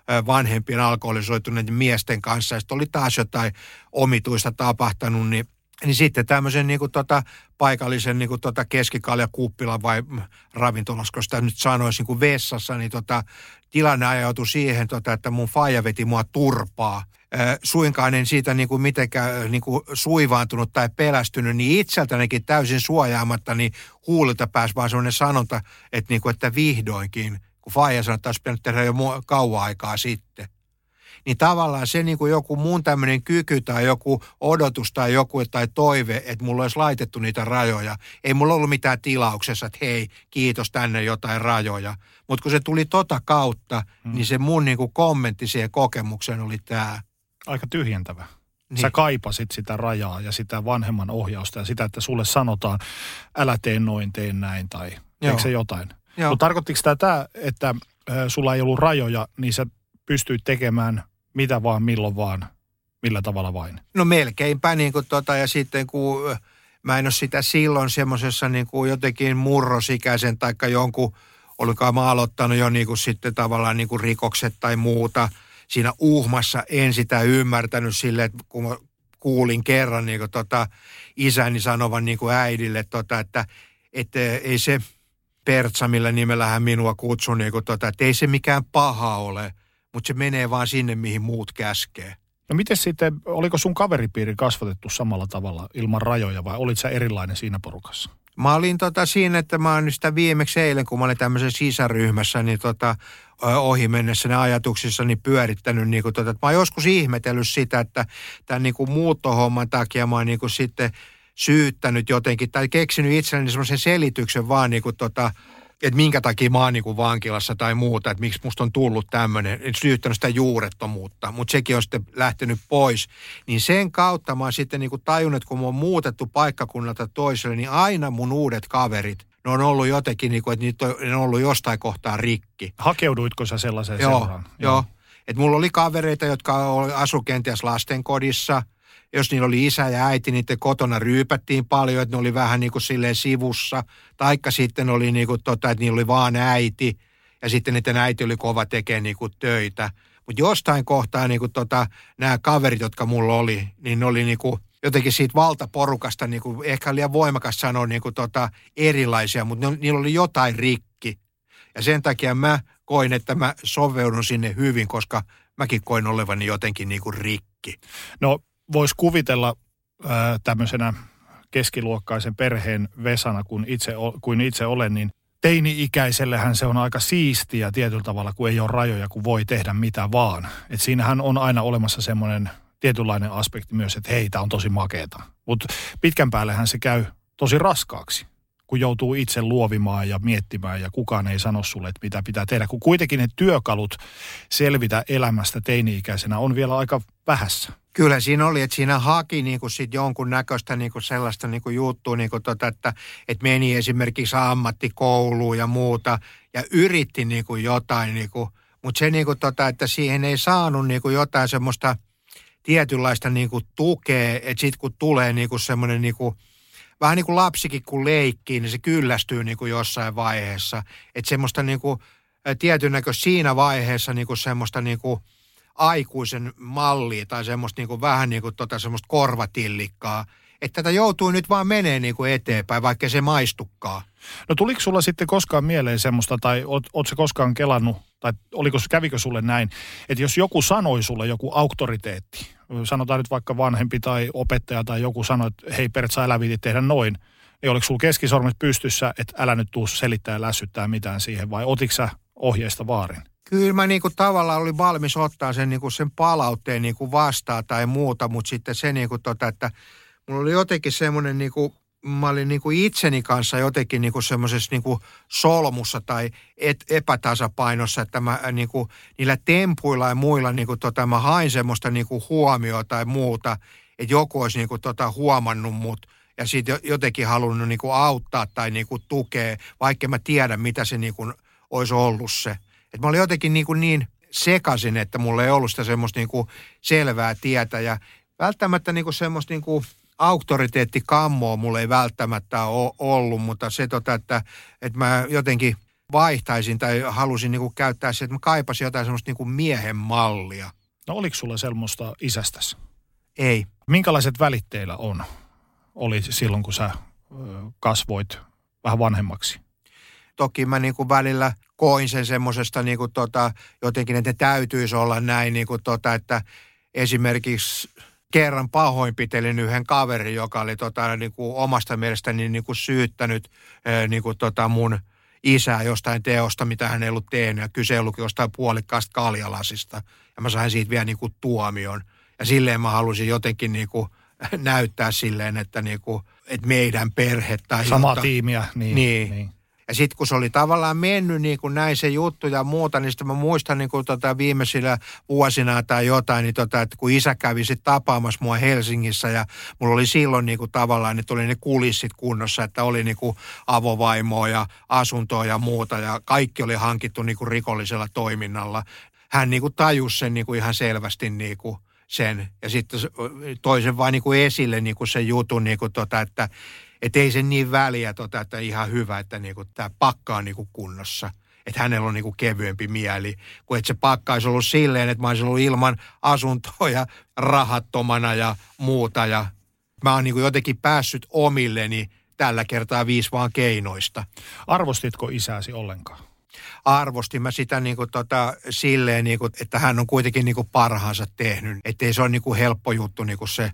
vanhempien alkoholisoituneiden miesten kanssa. Ja sitten oli taas jotain omituista tapahtunut, niin Niin sitten tämmöisen niin kuin paikallisen niin kuin keskikaljakuppilan vai ravintolassa, kun sitä nyt sanoisi niin kuin vessassa, niin tilanne ajautui siihen, että mun faija veti mua turpaa. Suinkaan en siitä niin kuin mitenkään niin kuin suivaantunut tai pelästynyt, niin itseltänikin täysin suojaamatta, niin huulilta pääsi vaan semmoinen sanonta, että, niin kuin, että vihdoinkin, kun faija sanoi, että olisi pitänyt tehdä jo kauan aikaa sitten. Niin tavallaan se niin kuin joku mun tämmöinen kyky tai joku odotus tai joku tai toive, että mulla olisi laitettu niitä rajoja. Ei mulla ollut mitään tilauksessa, että hei, kiitos, tänne jotain rajoja. Mutta kun se tuli kautta, niin se mun niin kuin kommentti siihen kokemukseen oli tämä. Aika tyhjentävä. Niin. Sä kaipasit sitä rajaa ja sitä vanhemman ohjausta ja sitä, että sulle sanotaan, älä tee noin, tee näin tai teekö se jotain. Mutta tarkoittiko tämä, että sulla ei ollut rajoja, niin sä pystyit tekemään mitä vaan, milloin vaan, millä tavalla vain? No melkeinpä niin kuin ja sitten kun mä en ole sitä silloin semmoisessa niin kuin jotenkin murrosikäisen taikka jonkun, olikaan mä aloittanut jo niin kuin sitten tavallaan niin kuin rikokset tai muuta. Siinä uhmassa en sitä ymmärtänyt silleen, että kun mä kuulin kerran niin kuin isäni sanovan niin kuin äidille, että ei se Pertsa, millä nimellä hän minua kutsui, niin kuin että ei se mikään paha ole, mutta se menee vaan sinne, mihin muut käskee. No miten sitten, oliko sun kaveripiiri kasvatettu samalla tavalla ilman rajoja vai olit sä erilainen siinä porukassa? Mä olin siinä, että mä oon sitä viimeksi eilen, kun mä olin tämmöisessä sisäryhmässä, niin ohi mennessä ne ajatuksissani pyörittänyt, niin että mä oon joskus ihmetellyt sitä, että tämän niin kuin muuttohomman takia mä oon niin kuin sitten syyttänyt jotenkin, tai keksinyt itselleni semmoisen selityksen vaan niin kuin että minkä takia mä oon niin kuin vankilassa tai muuta, että miksi musta on tullut tämmöinen, en syyttänyt sitä juurettomuutta, mutta sekin on sitten lähtenyt pois. Niin sen kautta mä oon sitten niin kuin tajunnut, että kun mä oon muutettu paikkakunnalta toiselle, niin aina mun uudet kaverit, ne on ollut jotenkin, niin kuin, että niitä on ollut jostain kohtaa rikki. Hakeuduitko sä sellaiseen seuraan? Joo. Että mulla oli kavereita, jotka asu kenties lastenkodissa. Jos niillä oli isä ja äiti, niiden kotona ryypättiin paljon, että ne oli vähän niin kuin silleen sivussa. Taikka sitten oli niin kuin että niillä oli vaan äiti ja sitten niiden äiti oli kova tekemään niin kuin töitä. Mutta jostain kohtaa niin kuin nämä kaverit, jotka mulla oli, niin ne oli niin kuin jotenkin siitä valtaporukasta, niin kuin ehkä liian voimakas sanoa niin kuin erilaisia, mutta niillä oli jotain rikki. Ja sen takia mä koin, että mä soveudun sinne hyvin, koska mäkin koin olevani jotenkin niin kuin rikki. No voisi kuvitella tämmöisenä keskiluokkaisen perheen Vesana, kun itse olen, niin teini-ikäisellähän se on aika siistiä tietyllä tavalla, kun ei ole rajoja, kun voi tehdä mitä vaan. Et siinähän on aina olemassa semmoinen tietynlainen aspekti myös, että hei, tää on tosi makeeta. Mutta pitkän päällehän se käy tosi raskaaksi, kun joutuu itse luovimaan ja miettimään ja kukaan ei sano sulle, että mitä pitää tehdä. Kun kuitenkin ne työkalut selvitä elämästä teini-ikäisenä on vielä aika vähässä. Kyllä siinä oli, että siinä haki niinku sit jonkun näköistä niinku sellaista niinku juttua, niinku että meni esimerkiksi ammattikouluun ja muuta ja yritti niinku jotain, niinku, mutta se niinku että siihen ei saanut niinku jotain semmoista tietynlaista niinku tukea, että sitten kun tulee niinku semmoinen niinku, vähän niin kuin lapsikin kun leikkii, niin se kyllästyy niinku jossain vaiheessa, että semmoista niinku tietyn näköistä siinä vaiheessa niinku semmoista niinku aikuisen mallia tai semmoista niinku vähän niinku semmoista korvatillikkaa, että tätä joutuu nyt vaan menee niinku eteenpäin, vaikka se maistukaan. No tuliko sulla sitten koskaan mieleen semmoista, tai oot se koskaan kelannut, tai kävikö sulle näin, että jos joku sanoi sulle joku auktoriteetti, sanotaan nyt vaikka vanhempi tai opettaja tai joku sanoi, että hei Pertsa, älä viiti tehdä noin, niin oliko sulla keskisormet pystyssä, että älä nyt tuu selittää ja lässyttää mitään siihen, vai otitko sä ohjeista vaarin? Kyllä mä niinku tavallaan olin valmis ottaa sen, niinku sen palautteen niinku vastaan tai muuta, mutta sitten se niinku että mulla oli jotenkin semmoinen niinku, mä olin niinku itseni kanssa jotenkin niinku semmoisessa niinku solmussa tai epätasapainossa, että mä niinku niillä tempuilla ja muilla niinku mä hain semmoista niinku huomioon tai muuta, että joku olisi niinku huomannut mut ja sitten jotenkin halunnut niinku auttaa tai niinku tukea, vaikka mä tiedän mitä se niinku olisi ollut se. Että mä olin jotenkin niin sekaisin, että mulla ei ollut sitä semmoista niinku selvää tietä ja välttämättä niinku semmoista niinku auktoriteettikammoa mulla ei välttämättä ole ollut, mutta se että mä jotenkin vaihtaisin tai halusin niinku käyttää se, että mä kaipasin jotain semmoista niinku miehen mallia. No oliko sulla semmoista isästäsi? Ei. Minkälaiset välit teillä on? oli silloin, kun sä kasvoit vähän vanhemmaksi? Toki mä niin kuin välillä koin sen semmosesta niin kuin jotenkin, että täytyisi olla näin, niin kuin että esimerkiksi kerran pahoinpitelin yhden kaverin, joka oli niin kuin omasta mielestäni niin kuin syyttänyt niin kuin mun isää jostain teosta, mitä hän ei ollut tehnyt, ja kyse ei ollut jostain puolikkaasta kaljalasista, ja mä sain siitä vielä niin kuin tuomion. Ja silleen mä halusin jotenkin niin kuin näyttää silleen, että, niin kuin, että meidän perhe tai samaa tiimiä, niin. Ja sitten kun se oli tavallaan mennyt niin kuin näin se juttu ja muuta, niin sitten mä muistan niin kuin viimeisillä vuosina tai jotain, niin että kun isä kävi sitten tapaamassa mua Helsingissä ja mulla oli silloin niin kuin tavallaan, niin tuli ne kulissit kunnossa, että oli niin kuin avovaimoa ja asuntoa ja muuta ja kaikki oli hankittu niin kuin rikollisella toiminnalla. Hän niin kuin tajusi sen niin kuin ihan selvästi niin kuin sen ja sitten toisen vaan niin kuin esille niin kuin sen jutun, niin kuin että ei sen niin väliä, että ihan hyvä, että niinku tämä pakka on niinku kunnossa. Että hänellä on niinku kevyempi mieli. Kun et se pakka olisi ollut silleen, että mä olisin ollut ilman asuntoa ja rahattomana ja muuta. Ja mä oon niinku jotenkin päässyt omilleni tällä kertaa 5 vaan keinoista. Arvostitko isääsi ollenkaan? Arvostin mä sitä niinku silleen, niinku, että hän on kuitenkin niinku parhaansa tehnyt. Että ei se ole niinku helppo juttu niinku se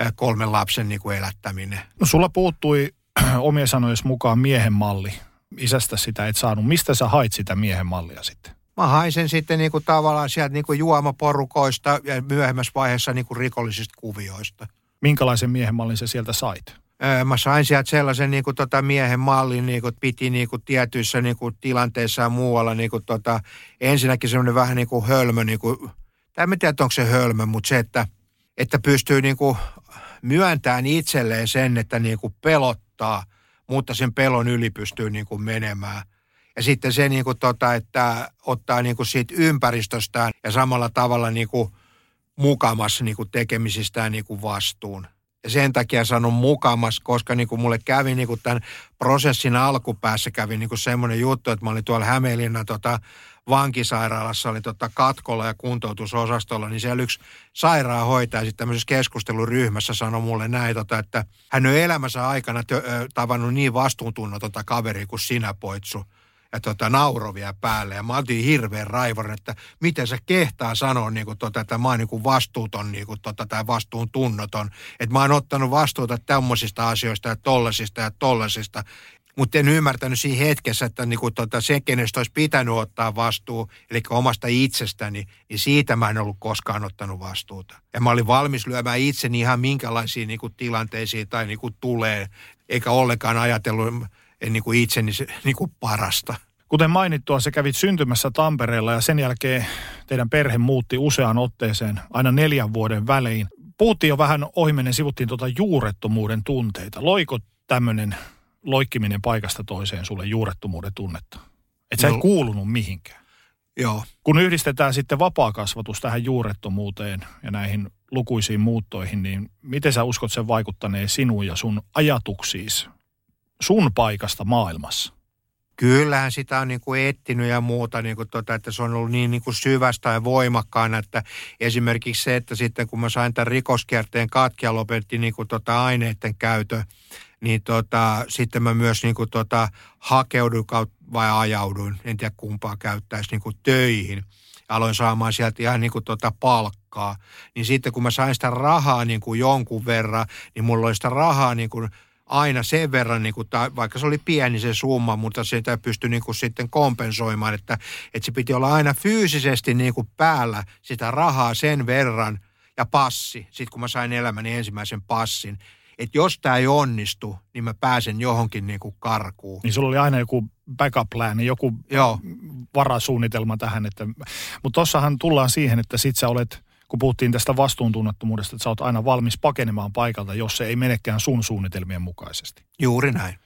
3 lapsen niin kuin elättäminen. No sulla puuttui omien sanojen mukaan miehen malli. Isästä sitä et saanut. Mistä sä hait sitä miehen mallia sitten? Mä hain sen sitten niin kuin tavallaan sieltä niin kuin juomaporukoista ja myöhemmässä vaiheessa niin kuin rikollisista kuvioista. Minkälaisen miehen mallin sä sieltä sait? Mä sain sieltä sellaisen niin kuin miehen mallin, niin kuin piti niin kuin tietyissä niin kuin tilanteissa ja muualla. Niin kuin ensinnäkin semmoinen vähän niin kuin hölmö, niin kuin, tai en tiedä onko se hölmö, mutta se, että pystyy niin kuin myöntämään itselleen sen, että niin kuin pelottaa, mutta sen pelon yli pystyy niin kuin menemään. Ja sitten se, niin kuin että ottaa niin kuin siitä ympäristöstään ja samalla tavalla niin kuin mukamas niin kuin tekemisistään niin kuin vastuun. Ja sen takia sanon mukamas, koska niin kuin mulle kävi niin kuin tämän prosessin alkupäässä kävi niin kuin semmoinen juttu, että mä olin tuolla Hämeenlinnan vankisairaalassa, oli katkolla ja kuntoutusosastolla, niin siellä yksi sairaanhoitaja sitten tämmöisessä keskusteluryhmässä sanoi mulle näin, että hän on elämänsä aikana tavannut niin vastuuntunnotonta kaveria kuin sinä, Poitsu. Ja nauro vielä päälle. Ja mä oltiin hirveän raivoinen, että miten sä kehtaa sanoa, niin kuin että mä oon niin kuin vastuuton niin kuin tai vastuuntunnoton. Että mä oon ottanut vastuuta tämmöisistä asioista ja tollasista. Mutta en ymmärtänyt siinä hetkessä, että niin kuin se, kenestä olisi pitänyt ottaa vastuu, eli omasta itsestäni, niin siitä mä en ollut koskaan ottanut vastuuta. Ja mä olin valmis lyömään itseni ihan minkälaisiin niin kuin tilanteisiin tai niin kuin tulee, eikä ollenkaan ajatellut niin kuin itseni niin kuin parasta. Kuten mainittua, sä kävit syntymässä Tampereella ja sen jälkeen teidän perhe muutti useaan otteeseen aina 4 vuoden välein. Puhuttiin jo vähän ohimennen, sivuttiin juurettomuuden tunteita. Loiko tämmöinen loikkiminen paikasta toiseen sulle juurettomuuden tunnetta? Et sä et kuulunut mihinkään. Joo. Kun yhdistetään sitten vapaakasvatus tähän juurettomuuteen ja näihin lukuisiin muuttoihin, niin miten sä uskot sen vaikuttaneen sinuun ja sun ajatuksiisi sun paikasta maailmassa? Kyllähän sitä on niin kuin etsinyt ja muuta, niin kuin että se on ollut niin kuin syvästä ja voimakkaana, että esimerkiksi se, että sitten kun mä sain tämän rikoskierteen katki ja lopetin niin kuin aineiden käytön, niin sitten mä myös niin kuin hakeuduin vai ajauduin, en tiedä kumpaa käyttäisi, niin kuin töihin. Aloin saamaan sieltä ihan niin kuin palkkaa. Niin sitten kun mä sain sitä rahaa niin kuin jonkun verran, niin mulla oli sitä rahaa niin kuin aina sen verran, niin kuin, vaikka se oli pieni se summa, mutta sitä pystyi niin kuin sitten kompensoimaan, että se piti olla aina fyysisesti niin kuin päällä sitä rahaa sen verran ja passi. Sitten kun mä sain elämäni ensimmäisen passin, että jos tämä ei onnistu, niin mä pääsen johonkin niin kuin karkuun. Niin sulla oli aina joku backup plan, joku varasuunnitelma tähän. Mutta tossahan tullaan siihen, että sit sä olet, kun puhuttiin tästä vastuuntunnottomuudesta, että sä oot aina valmis pakenemaan paikalta, jos se ei menekään sun suunnitelmien mukaisesti. Juuri näin.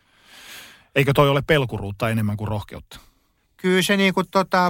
Eikö toi ole pelkuruutta enemmän kuin rohkeutta? Kyllä se niinku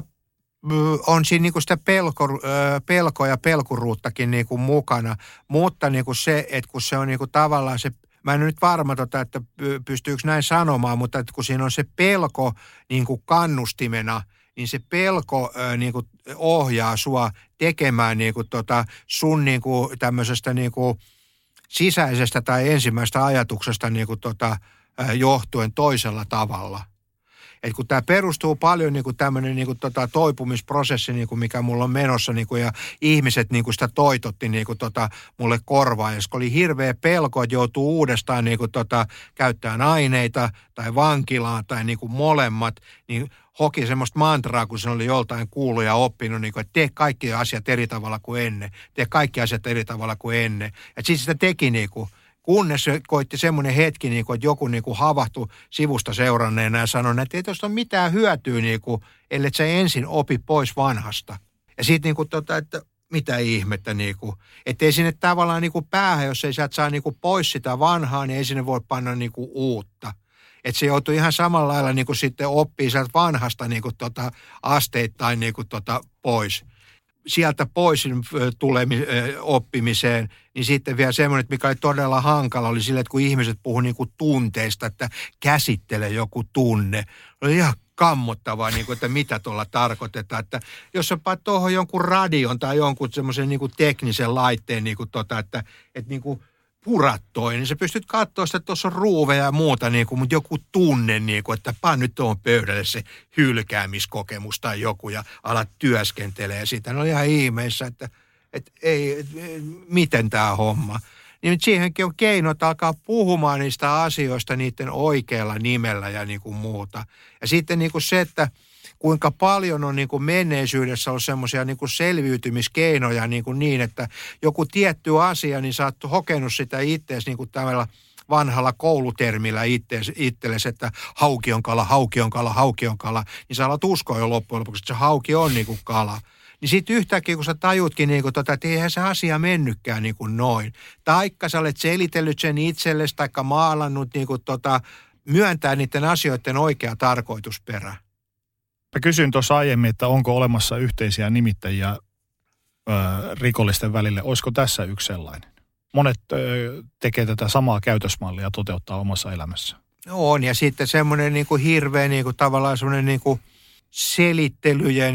on siinä niinku sitä pelkoa ja pelkuruuttakin niinku mukana, mutta niinku se, että kun se on niinku tavallaan se, mä en nyt varma että pystyykö näin sanomaan, mutta että kun siinä on se pelko niinku kannustimena, niin se pelko niinku ohjaa sua tekemään niinku sun niinku tämmöisestä niinku sisäisestä tai ensimmäistä ajatuksesta niin kuin johtuen toisella tavalla. Et kun tämä perustuu paljon niin kuin tämmöinen niin kuin toipumisprosessi, niin kuin mikä mulla on menossa, niin kuin, ja ihmiset niin kuin sitä toitotti niin kuin mulle korvaan. Ja oli hirveä pelko, että joutuu uudestaan niin kuin käyttämään aineita tai vankilaan tai niin kuin molemmat, niin hoki semmoista mantraa, kun se oli joltain kuullut ja oppinut, niin kuin, että tee kaikki asiat eri tavalla kuin ennen. Tee kaikki asiat eri tavalla kuin ennen. Ja sitten sitä teki niin kuin, kunnes koitti semmoinen hetki, niin kuin, että joku niin kuin havahtui sivusta seuranneena ja sanoi, että ei tuosta ole mitään hyötyä, niin kuin, ellei sä ensin opi pois vanhasta. Ja sitten niin että mitä ihmettä, niin kuin, että ei sinne tavallaan niin kuin päähän, jos ei sä saa niin kuin pois sitä vanhaa, niin ei sinne voi panna niin kuin uutta. Että se joutuu ihan samalla lailla niin kuin sitten oppii sieltä vanhasta niin kuin asteittain niin kuin pois. Sieltä pois oppimiseen, niin sitten vielä semmoinen, mikä oli todella hankala, oli sille, että kun ihmiset puhuu niin kuin tunteista, että käsittele joku tunne. Oli ihan kammottavaa, niin kuin, että mitä tuolla tarkoitetaan. Että jos sä paat tuohon jonkun radion tai jonkun semmoisen niin kuin teknisen laitteen, niin kuin että niin kuin purattoi, niin sä pystyt katsoa sitä, että tuossa on ruuveja ja muuta, niin kuin, mutta joku tunne, niin kuin, että paan nyt tuohon pöydälle se hylkäämiskokemus tai joku ja alat työskentelee sitä. No ihan ihmeessä, että miten tämä homma. Niin siihenkin on keinot alkaa puhumaan niistä asioista niiden oikealla nimellä ja niin kuin muuta. Ja sitten niin kuin se, että kuinka paljon on niin kuin menneisyydessä ollut semmoisia niin kuin selviytymiskeinoja niin, että joku tietty asia, niin sä oot hokenut sitä itseäsi niin kuin tämmöllä vanhalla koulutermillä itsellesi, että hauki on kala, hauki on kala, hauki on kala, niin sä alat uskoa jo loppujen lopuksi, että se hauki on niin kuin kala. Niin sitten yhtäkkiä, kun sä tajutkin, niin kuin että eihän se asia mennytkään niin kuin noin. Taikka sä olet selitellyt sen itsellesi, taikka maalannut niin kuin myöntää niiden asioiden oikea tarkoitusperä. Mä kysyin tuossa aiemmin, että onko olemassa yhteisiä nimittäjiä rikollisten välille. Olisiko tässä yksi sellainen? Monet tekee tätä samaa käytösmallia toteuttaa omassa elämässä. On, ja sitten semmoinen niin kuin hirveä niin kuin tavallaan semmoinen niin kuin selittelyjen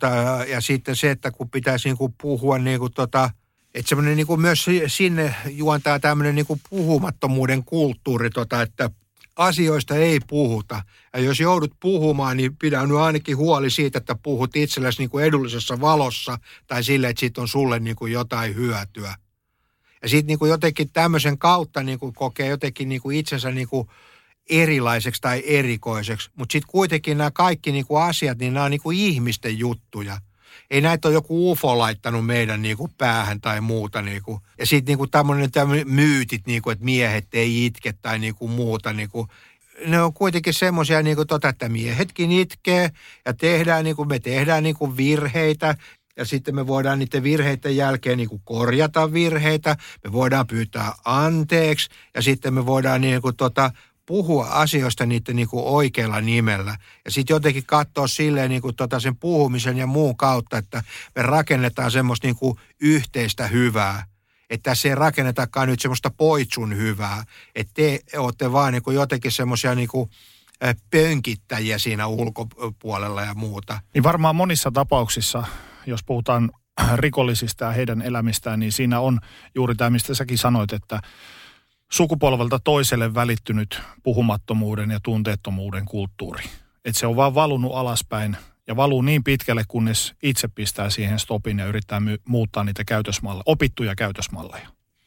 ja sitten se, että kun pitäisi niin kuin puhua niin kuin että semmoinen niin kuin myös sinne juontaa tämmöinen niin kuin puhumattomuuden kulttuuri, että asioista ei puhuta. Ja jos joudut puhumaan, niin pidä nyt ainakin huoli siitä, että puhut itsellesi niin kuin edullisessa valossa tai sille, että siitä on sulle niin kuin jotain hyötyä. Ja sitten niin kuin jotenkin tämmöisen kautta niin kuin kokee jotenkin niin kuin itsensä niin kuin erilaiseksi tai erikoiseksi. Mutta sitten kuitenkin nämä kaikki niin kuin asiat, niin nämä on niin kuin ihmisten juttuja. Ei näitä ole joku UFO laittanut meidän niin kuin päähän tai muuta. Niin kuin. Ja sitten niin tämmöinen myytit, niin kuin, että miehet ei itke tai niin kuin muuta. Niin kuin. Ne on kuitenkin semmoisia, niin kuin että miehetkin itkee ja tehdään, niin kuin, me tehdään niin kuin virheitä. Ja sitten me voidaan niiden virheiden jälkeen niin kuin korjata virheitä. Me voidaan pyytää anteeksi ja sitten me voidaan niin kuin puhua asioista niiden niin kuin oikealla nimellä. Ja sitten jotenkin katsoa silleen niin kuin sen puhumisen ja muun kautta, että me rakennetaan semmoista niin kuin yhteistä hyvää. Että tässä ei rakennetakaan nyt semmoista poitsun hyvää. Että te olette vaan niin kuin jotenkin semmoisia niin kuin pönkittäjiä siinä ulkopuolella ja muuta. Niin varmaan monissa tapauksissa, jos puhutaan rikollisista ja heidän elämistään, niin siinä on juuri tämä, mistä säkin sanoit, että sukupolvelta toiselle välittynyt puhumattomuuden ja tunteettomuuden kulttuuri. Että se on vaan valunut alaspäin ja valuu niin pitkälle, kunnes itse pistää siihen stopin ja yrittää muuttaa niitä opittuja käytösmalleja.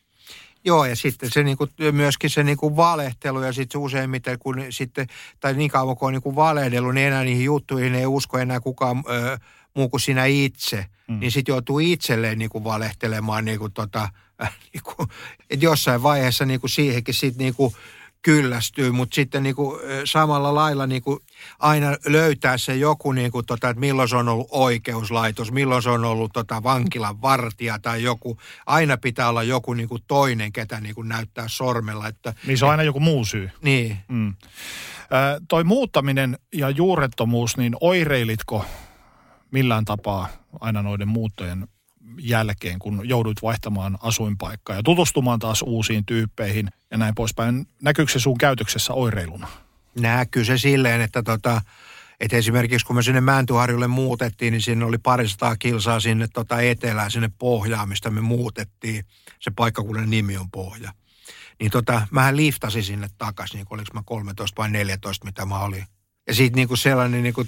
Joo, ja sitten se niinku, myöskin se niinku valehtelu ja sitten useimmiten, kun sitten, tai niin kauan kuin on niinku valehdellut, niin enää niihin juttuihin ei usko enää kukaan muu kuin sinä itse. Niin sitten joutuu itselleen niinku valehtelemaan niinku niinku, että jossain vaiheessa niinku siihenkin sitten niinku kyllästyy, mutta sitten niinku samalla lailla niinku aina löytää se joku niinku että milloin se on ollut oikeuslaitos, milloin se on ollut vankilan vartija tai joku. Aina pitää olla joku niinku toinen, ketä niinku näyttää sormella. Että niin se on aina joku muu syy. Niin. Toi muuttaminen ja juurettomuus, niin oireilitko millään tapaa aina noiden muuttojen jälkeen, kun jouduit vaihtamaan asuinpaikkaa ja tutustumaan taas uusiin tyyppeihin ja näin poispäin? Näkyykö se sun käytöksessä oireiluna? Näkyy se silleen, että Et esimerkiksi kun me sinne Mäntyharjulle muutettiin, niin siinä oli 200 kilsaa sinne etelään, sinne Pohjaan, mistä me muutettiin. Se paikkakunnan nimi on Pohja. Niin mähän liftasin sinne takaisin, niin oliko mä 13 vai 14, mitä mä olin. Ja sitten niinku sellainen niinku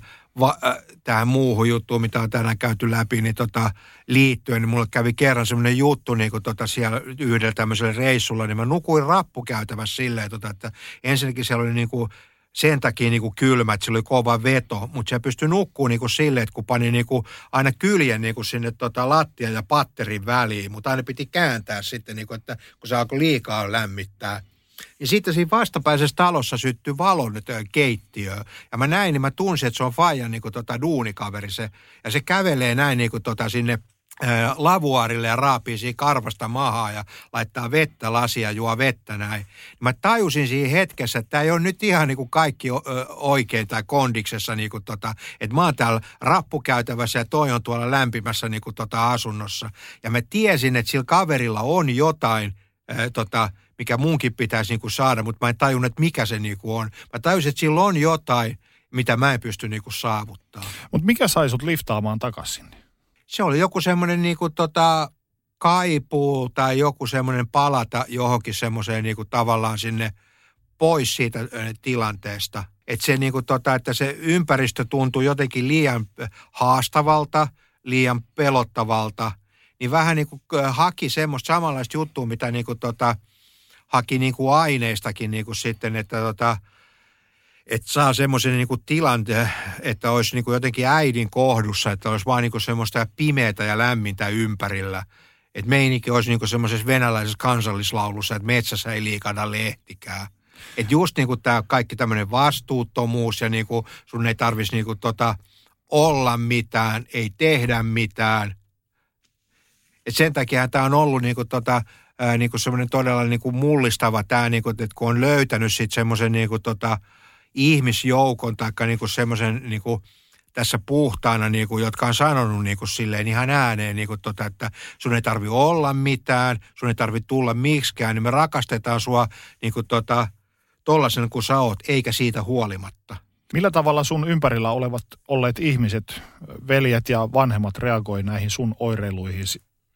tähän muuhun juttuun, mitä on tänään käyty läpi, niin liittyen, niin mulle kävi kerran semmoinen juttu niinku siellä yhdellä tämmöisellä reissulla, niin mä nukuin rappukäytävässä silleen, että ensinnäkin siellä oli niinku sen takia niinku kylmä, että siellä oli kova veto, mutta se pystyi nukkumaan niinku silleen, että kun pani niinku aina kyljen niinku sinne lattian ja patterin väliin, mutta aina piti kääntää sitten, niinku, että kun se alkoi liikaa lämmittää. Ja sitten siinä vastapäisessä talossa syttyi valon keittiöön. Ja mä näin, niin mä tunsin, että se on faijan niinku duunikaveri se. Ja se kävelee näin niinku sinne lavuaarille ja raapii siinä karvasta mahaa ja laittaa vettä lasia, juo vettä näin. Mä tajusin siinä hetkessä, että tämä ei ole nyt ihan niinku kaikki oikein tai kondiksessa, niinku että mä oon täällä rappukäytävässä ja toi on tuolla lämpimässä niinku asunnossa. Ja mä tiesin, että sillä kaverilla on jotain, mikä munkin pitäisi niinku saada, mutta mä en tajunnut, että mikä se niinku on. Mä tajusin, että sillä on jotain, mitä mä en pysty niinku saavuttamaan. Mutta mikä sai sut liftaamaan takaisin? Se oli joku semmoinen niinku kaipuu tai joku semmoinen palata johonkin semmoiseen niinku tavallaan sinne pois siitä tilanteesta. Että se niinku että se ympäristö tuntui jotenkin liian haastavalta, liian pelottavalta, niin vähän niinku haki semmoista samanlaista juttua, mitä niinku haki niinku aineistakin niinku sitten, että että saa semmoisen niinku tilanteen, että olisi niinku jotenkin äidin kohdussa, että olisi vaan niinku semmoista pimeätä ja lämmintä ympärillä. Että meininki olisi niinku semmoisessa venäläisessä kansallislaulussa, että metsässä ei liikana lehtikään. Että just niinku tämä kaikki tämmöinen vastuuttomuus ja niinku sun ei tarvitsisi niinku olla mitään, ei tehdä mitään. Et sen takia tämä on ollut niinku niinku semmoinen todella niinku mullistava tämä, niinku, että kun on löytänyt sitten semmoisen niinku ihmisjoukon tai niinku semmoisen niinku tässä puhtaana, niinku, jotka on sanonut niinku silleen ihan ääneen, niinku että sun ei tarvitse olla mitään, sun ei tarvitse tulla miksikään, niin me rakastetaan sua niinku tollaisen kuin sä oot, eikä siitä huolimatta. Millä tavalla sun ympärillä olleet ihmiset, veljet ja vanhemmat reagoi näihin sun oireiluihin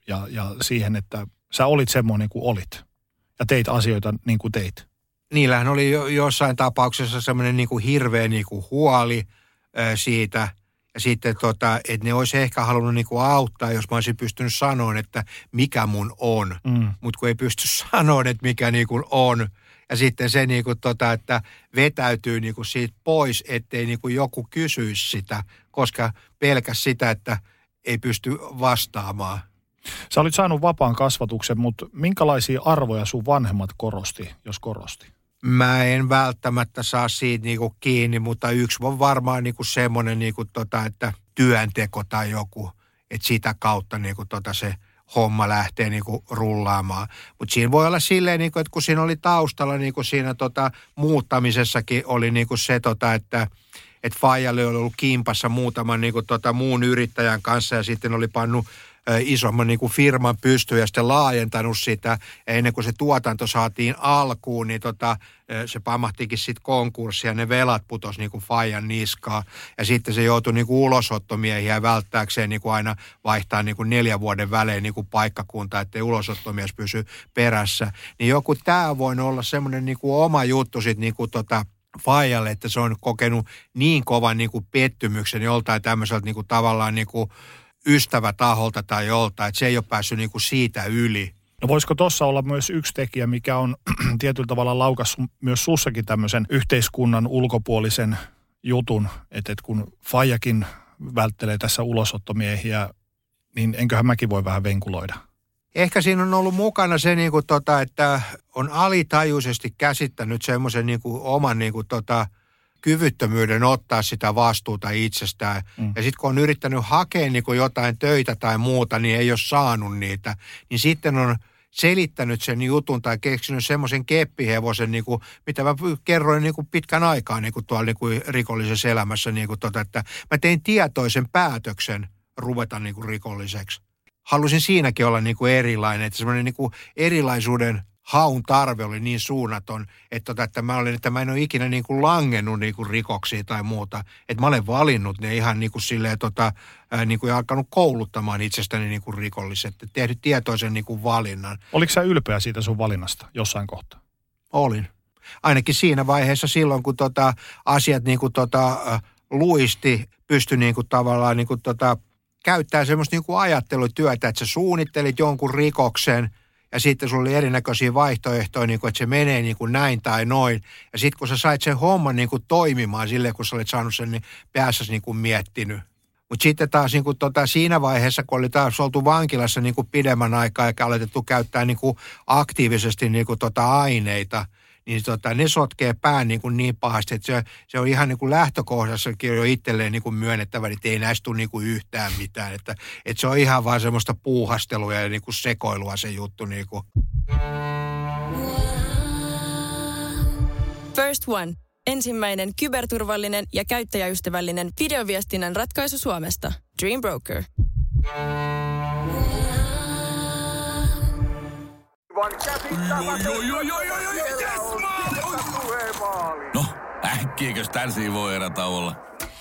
ja siihen, että sä olit semmoinen kuin olit ja teit asioita niin kuin teit? Niillähän oli jossain tapauksessa semmoinen niin kuin hirveä niin kuin huoli siitä. Ja sitten, että ne olisi ehkä halunnut niin kuin auttaa, jos mä olisin pystynyt sanoa, että mikä mun on. Mutta kun ei pysty sanoa, että mikä niin kuin on. Ja sitten se, niin kuin että vetäytyy niin kuin siitä pois, ettei niin kuin joku kysyisi sitä, koska pelkäs sitä, että ei pysty vastaamaan. Sä olit saanut vapaan kasvatuksen, mutta minkälaisia arvoja sun vanhemmat korosti, jos korosti? Mä en välttämättä saa siitä niinku kiinni, mutta yksi on varmaan niinku semmoinen, niinku että työnteko tai joku, että sitä kautta niinku se homma lähtee niinku rullaamaan. Mutta siinä voi olla silleen, niinku, että kun siinä oli taustalla niinku siinä muuttamisessakin oli niinku se, että faijalle oli ollut kimpassa muutaman niinku muun yrittäjän kanssa ja sitten oli pannut isomman niin kuin firman pystyyn ja sitten laajentanut sitä. Ja ennen kuin se tuotanto saatiin alkuun, niin se pamahtikin sitten konkurssi ja ne velat putosi niin kuin faijan niskaan. Ja sitten se joutui niin kuin ulosottomiehiä välttääkseen niin kuin aina vaihtaa niin kuin 4 vuoden välein niin kuin paikkakunta, ettei ulosottomies pysy perässä. Niin joku tämä voi olla semmoinen niin kuin oma juttu sitten niin kuin faijalle, että se on kokenut niin kovan niin kuin pettymyksen joltain tämmöiseltä niin kuin tavallaan niin kuin ystävätaholta tai joltain, että se ei ole päässyt niinku siitä yli. No voisiko tuossa olla myös yksi tekijä, mikä on tietyllä tavalla laukassut myös sussakin tämmöisen yhteiskunnan ulkopuolisen jutun, että kun faijakin välttelee tässä ulosottomiehiä, niin enköhän mäkin voi vähän venkuloida. Ehkä siinä on ollut mukana se, niinku että on alitajuisesti käsittänyt semmoisen niinku oman niinku kyvyttömyyden ottaa sitä vastuuta itsestään. Ja sitten kun on yrittänyt hakea niin kuin jotain töitä tai muuta, niin ei ole saanut niitä. Niin sitten on selittänyt sen jutun tai keksinyt semmoisen keppihevosen, niin kuin, mitä mä kerroin niin kuin pitkän aikaa niin kuin tuolla niin kuin rikollisessa elämässä, niin kuin että mä tein tietoisen päätöksen ruveta niin kuin rikolliseksi. Halusin siinäkin olla niin kuin erilainen, että semmoinen niin kuin erilaisuuden haun tarve oli niin suunnaton, että mä en ole ikinä niin kuin langennut niin kuin rikoksia tai muuta. Että mä olen valinnut ne ihan niin kuin silleen niin kuin alkanut kouluttamaan itsestäni niin kuin rikolliset. Tehnyt tietoisen niin kuin valinnan. Oliko sä ylpeä siitä sun valinnasta jossain kohtaa? Olin. Ainakin siinä vaiheessa silloin, kun asiat niin kuin luisti, pystyi niin kuin tavallaan niin kuin käyttää semmoista niin kuin ajattelutyötä, että sä suunnittelit jonkun rikoksen ja sitten sulla oli erinäköisiä vaihtoehtoja, niin kuin, että se menee niin kuin näin tai noin. Ja sitten kun sä sait sen homman niin kuin toimimaan silleen, kun sä olet saanut sen niin päässäsi niin kuin miettinyt. Mutta sitten taas niin kuin siinä vaiheessa, kun oli taas oltu vankilassa niin kuin pidemmän aikaa eikä aletettu käyttää niin kuin aktiivisesti niin kuin aineita, niin ne sotkee pään niin pahasti, että se on ihan niin kuin lähtökohdassakin jo itselleen niin kuin myönnettävä, että ei näistä tule niin kuin yhtään mitään. Että se on ihan vaan semmoista puuhastelua ja niin kuin sekoilua se juttu. Niin kuin. First One. Ensimmäinen kyberturvallinen ja käyttäjäystävällinen videoviestinnän ratkaisu Suomesta. Dream Broker. No, äkkiäkös tän voi erätä olla?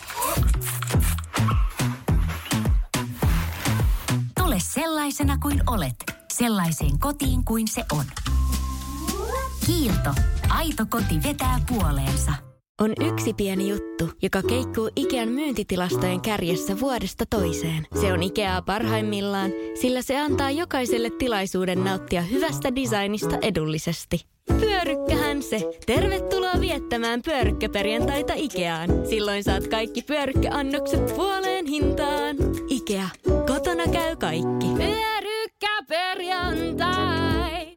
Tule sellaisena kuin olet, sellaiseen kotiin kuin se on. Kiilto. Aito koti vetää puoleensa. On yksi pieni juttu, joka keikkuu Ikean myyntitilastojen kärjessä vuodesta toiseen. Se on Ikeaa parhaimmillaan, sillä se antaa jokaiselle tilaisuuden nauttia hyvästä designista edullisesti. Pyörykkähän se! Tervetuloa viettämään pyörykkäperjantaita Ikeaan. Silloin saat kaikki pyörykkäannokset puoleen hintaan. Ikea. Kotona käy kaikki. Pyörykkäperjantai!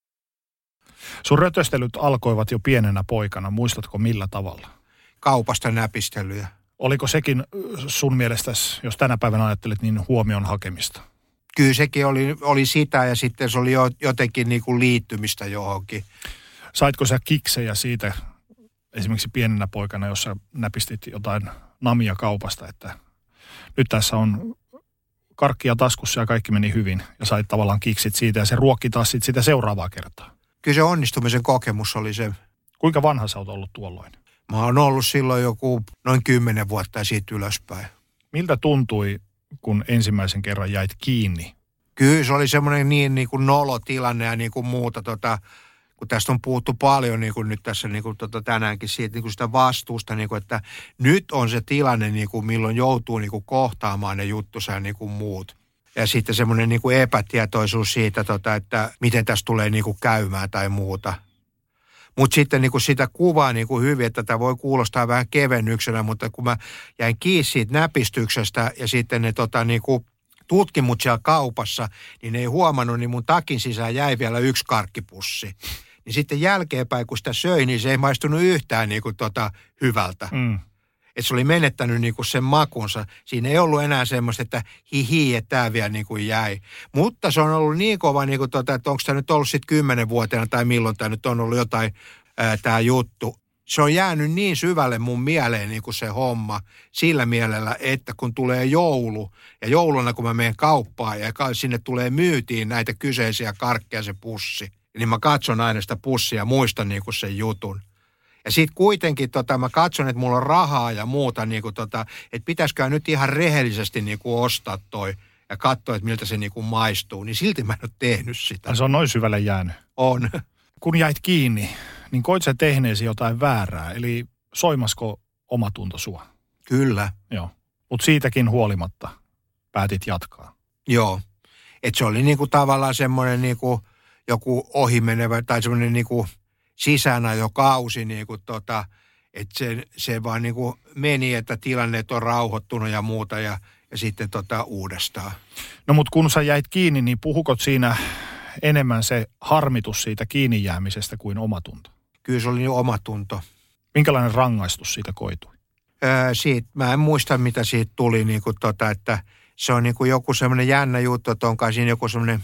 Sun rötöstelyt alkoivat jo pienenä poikana. Muistatko millä tavalla? Kaupasta näpistelyjä. Oliko sekin sun mielestäsi, jos tänä päivänä ajattelet, niin huomion hakemista? Kyllä sekin oli sitä ja sitten se oli jotenkin niin kuin liittymistä johonkin. Saitko sä kiksejä siitä esimerkiksi pienenä poikana, jossa näpistit jotain namia kaupasta, että nyt tässä on karkkia taskussa ja kaikki meni hyvin ja sait tavallaan kiksit siitä ja se ruokki taas sitä seuraavaa kertaa? Kyllä se onnistumisen kokemus oli se. Kuinka vanha sä oot ollut tuolloin? Mä oon ollut silloin joku noin 10 vuotta ja siitä ylöspäin. Miltä tuntui, kun ensimmäisen kerran jäit kiinni? Kyllä se oli semmoinen niin kuin nolotilanne ja niin kuin muuta, kun tästä on puhuttu paljon niin kuin nyt tässä niin kuin tänäänkin siitä niin kuin sitä vastuusta, niin kuin, että nyt on se tilanne, niin kuin, milloin joutuu niin kuin kohtaamaan ne juttusa ja niin kuin muut. Ja sitten semmoinen niin kuin epätietoisuus siitä, että miten tässä tulee niin kuin käymään tai muuta. Mutta sitten niin kuin sitä kuvaa niin kuin hyvin, että tämä voi kuulostaa vähän kevennyksenä, mutta kun mä jäin kiinni siitä näpistyksestä ja sitten ne niin kuin tutkimut siellä kaupassa, niin ne ei huomannut, niin mun takin sisään jäi vielä 1 karkkipussi. Niin sitten jälkeenpäin, kun sitä söi, niin se ei maistunut yhtään niin kuin hyvältä. Että se oli menettänyt niin kuin sen makunsa. Siinä ei ollut enää semmoista, että hihi, että tämä vielä niin kuin jäi. Mutta se on ollut niin kova, niin kuin että onko tämä nyt ollut sitten 10-vuotiaana tai milloin tämä nyt on ollut jotain tämä juttu. Se on jäänyt niin syvälle mun mieleen niin kuin se homma sillä mielellä, että kun tulee joulu ja jouluna kun mä menen kauppaan ja sinne tulee myytiin näitä kyseisiä karkkeja se pussi, niin mä katson aina sitä pussia ja muistan niin kuin sen jutun. Ja sitten kuitenkin mä katson, että mulla on rahaa ja muuta, niin kuin että pitäisikö nyt ihan rehellisesti niin kuin ostaa toi ja katsoa, että miltä se niin kuin maistuu. Niin silti mä en ole tehnyt sitä. Se on noin syvälle jäänyt. On. Kun jäit kiinni, niin koit sä tehneesi jotain väärää? Eli soimasko omatunto sua? Kyllä. Joo. Mutta siitäkin huolimatta päätit jatkaa. Joo. Että se oli niin kuin tavallaan semmoinen niin kuin joku ohimenevä tai semmoinen niin kuin sisäänajokausi, niin kuin että se vaan niin kuin meni, että tilanneet on rauhoittunut ja muuta ja sitten uudestaan. No mutta kun sä jäit kiinni, niin puhukot siinä enemmän se harmitus siitä kiinni jäämisestä kuin omatunto? Kyllä se oli omatunto. Minkälainen rangaistus siitä koitui? Mä en muista, mitä siitä tuli, niin kuin että se on niin kuin joku semmoinen jännä juttu, että onkaan siinä joku semmoinen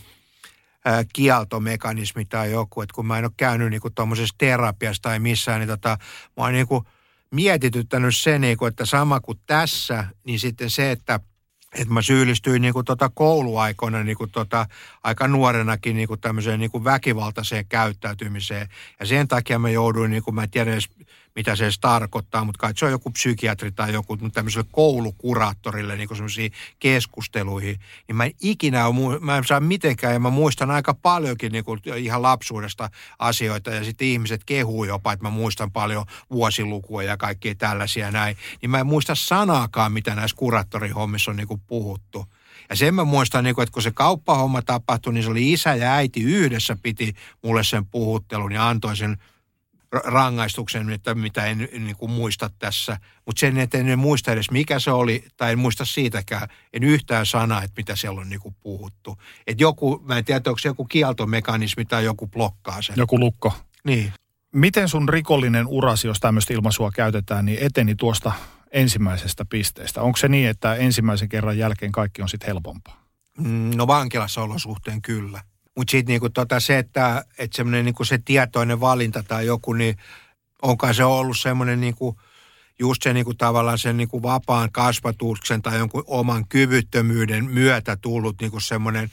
kieltomekanismi tai joku, että kun mä en ole käynyt niin kuin tuommoisessa terapiassa tai missään, niin mä oon niin kuin mietityttänyt se, niin kuin, että sama kuin tässä, niin sitten se, että että mä syyllistyin niin kuin kouluaikoina niin kuin aika nuorenakin niin kuin tämmöiseen niin kuin väkivaltaiseen käyttäytymiseen. Ja sen takia mä jouduin, niin kuin mä en tiedä edes, mitä se edes tarkoittaa, mutta kai se on joku psykiatri tai joku tämmöiselle koulukuraattorille niin kuin semmoisiin keskusteluihin. Niin mä en saa mitenkään, ja mä muistan aika paljonkin niin kuin ihan lapsuudesta asioita, ja sitten ihmiset kehuu jopa, että mä muistan paljon vuosilukuja ja kaikkia tällaisia näin. Niin mä en muista sanaakaan, mitä näissä kuraattorihommissa on niin kuin puhuttu. Ja sen mä muistan, että kun se kauppahomma tapahtui, niin se oli isä ja äiti yhdessä piti mulle sen puhuttelun ja antoi sen rangaistuksen, mitä en niin kuin muista tässä. Mutta sen eteen en muista edes mikä se oli, tai en muista siitäkään. En yhtään sanaa, että mitä siellä on niin kuin puhuttu. Että joku, mä en tiedä, onko se joku kieltomekanismi tai joku blokkaa sen. Joku lukko. Niin. Miten sun rikollinen urasi, jos tämmöistä ilmaisua käytetään, niin eteni tuosta ensimmäisestä pisteestä? Onko se niin, että ensimmäisen kerran jälkeen kaikki on sitten helpompaa? No vankilassa olosuhteen kyllä. Mutta sitten niinku se, että semmoinen niinku se tietoinen valinta tai joku, niin onkaan se ollut semmoinen niinku, just se niinku tavallaan sen niinku vapaan kasvatuksen tai jonkun oman kyvyttömyyden myötä tullut niinku semmoinen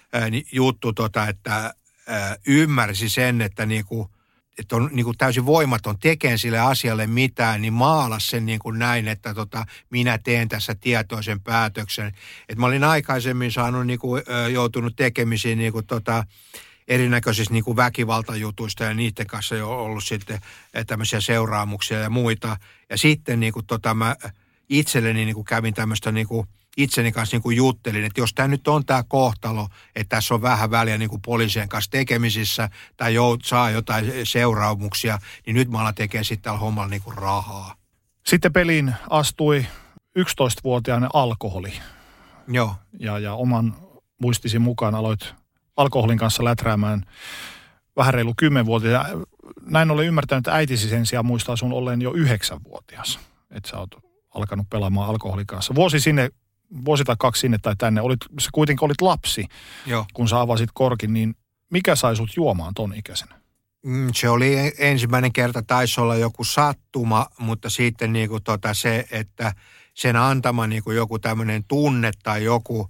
juttu, että ymmärsi sen, että niinku, että on niinku täysin voimaton tekemään sille asialle mitään, niin maalas sen niinku näin, että minä teen tässä tietoisen päätöksen. Et mä olin aikaisemmin saanut niinku, joutunut tekemisiin niinku, erinäköisistä niinku väkivaltajutuista ja niiden kanssa jo ollut sitten tämmöisiä seuraamuksia ja muita. Ja sitten niinku, mä itselleni niinku, kävin tämmöistä niinku, itseni kanssa niin kuin juttelin, että jos tämä nyt on tämä kohtalo, että tässä on vähän väliä niin kuin poliisien kanssa tekemisissä tai saa jotain seuraamuksia, niin nyt mä alan tekemään sitten tällä hommalla niin kuin rahaa. Sitten peliin astui 11-vuotiaana alkoholi. Joo. Ja oman muistisi mukaan aloit alkoholin kanssa läträämään vähän reilu 10-vuotiaana. Näin olen ymmärtänyt, että äitisi sen sijaan muistaa sun olleen jo 9-vuotias. Että sä oot alkanut pelaamaan alkoholin kanssa. Vuosi tai kaksi sinne tai tänne, sä kuitenkin olit lapsi, Joo. Kun sä avasit korkin, niin mikä sai sut juomaan ton ikäisenä? Se oli ensimmäinen kerta, taisi olla joku sattuma, mutta sitten niinku se, että sen antama niinku joku tämmöinen tunne tai joku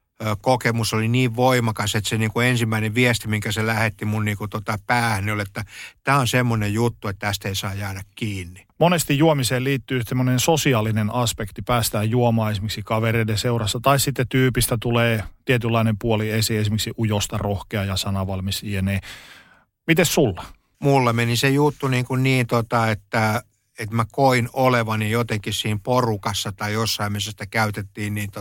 kokemus oli niin voimakas, että se niinku ensimmäinen viesti, minkä se lähetti mun niinku päähän, oli, että tämä on semmoinen juttu, että tästä ei saa jäädä kiinni. Monesti juomiseen liittyy semmoinen sosiaalinen aspekti. Päästään juomaan esimerkiksi kavereiden seurassa tai sitten tyypistä tulee tietynlainen puoli esiin, esimerkiksi ujosta, rohkea ja sanavalmis jne. Mites sulla? Mulla meni se juttu että mä koin olevani jotenkin siinä porukassa tai jossain, missä sitä käytettiin, niin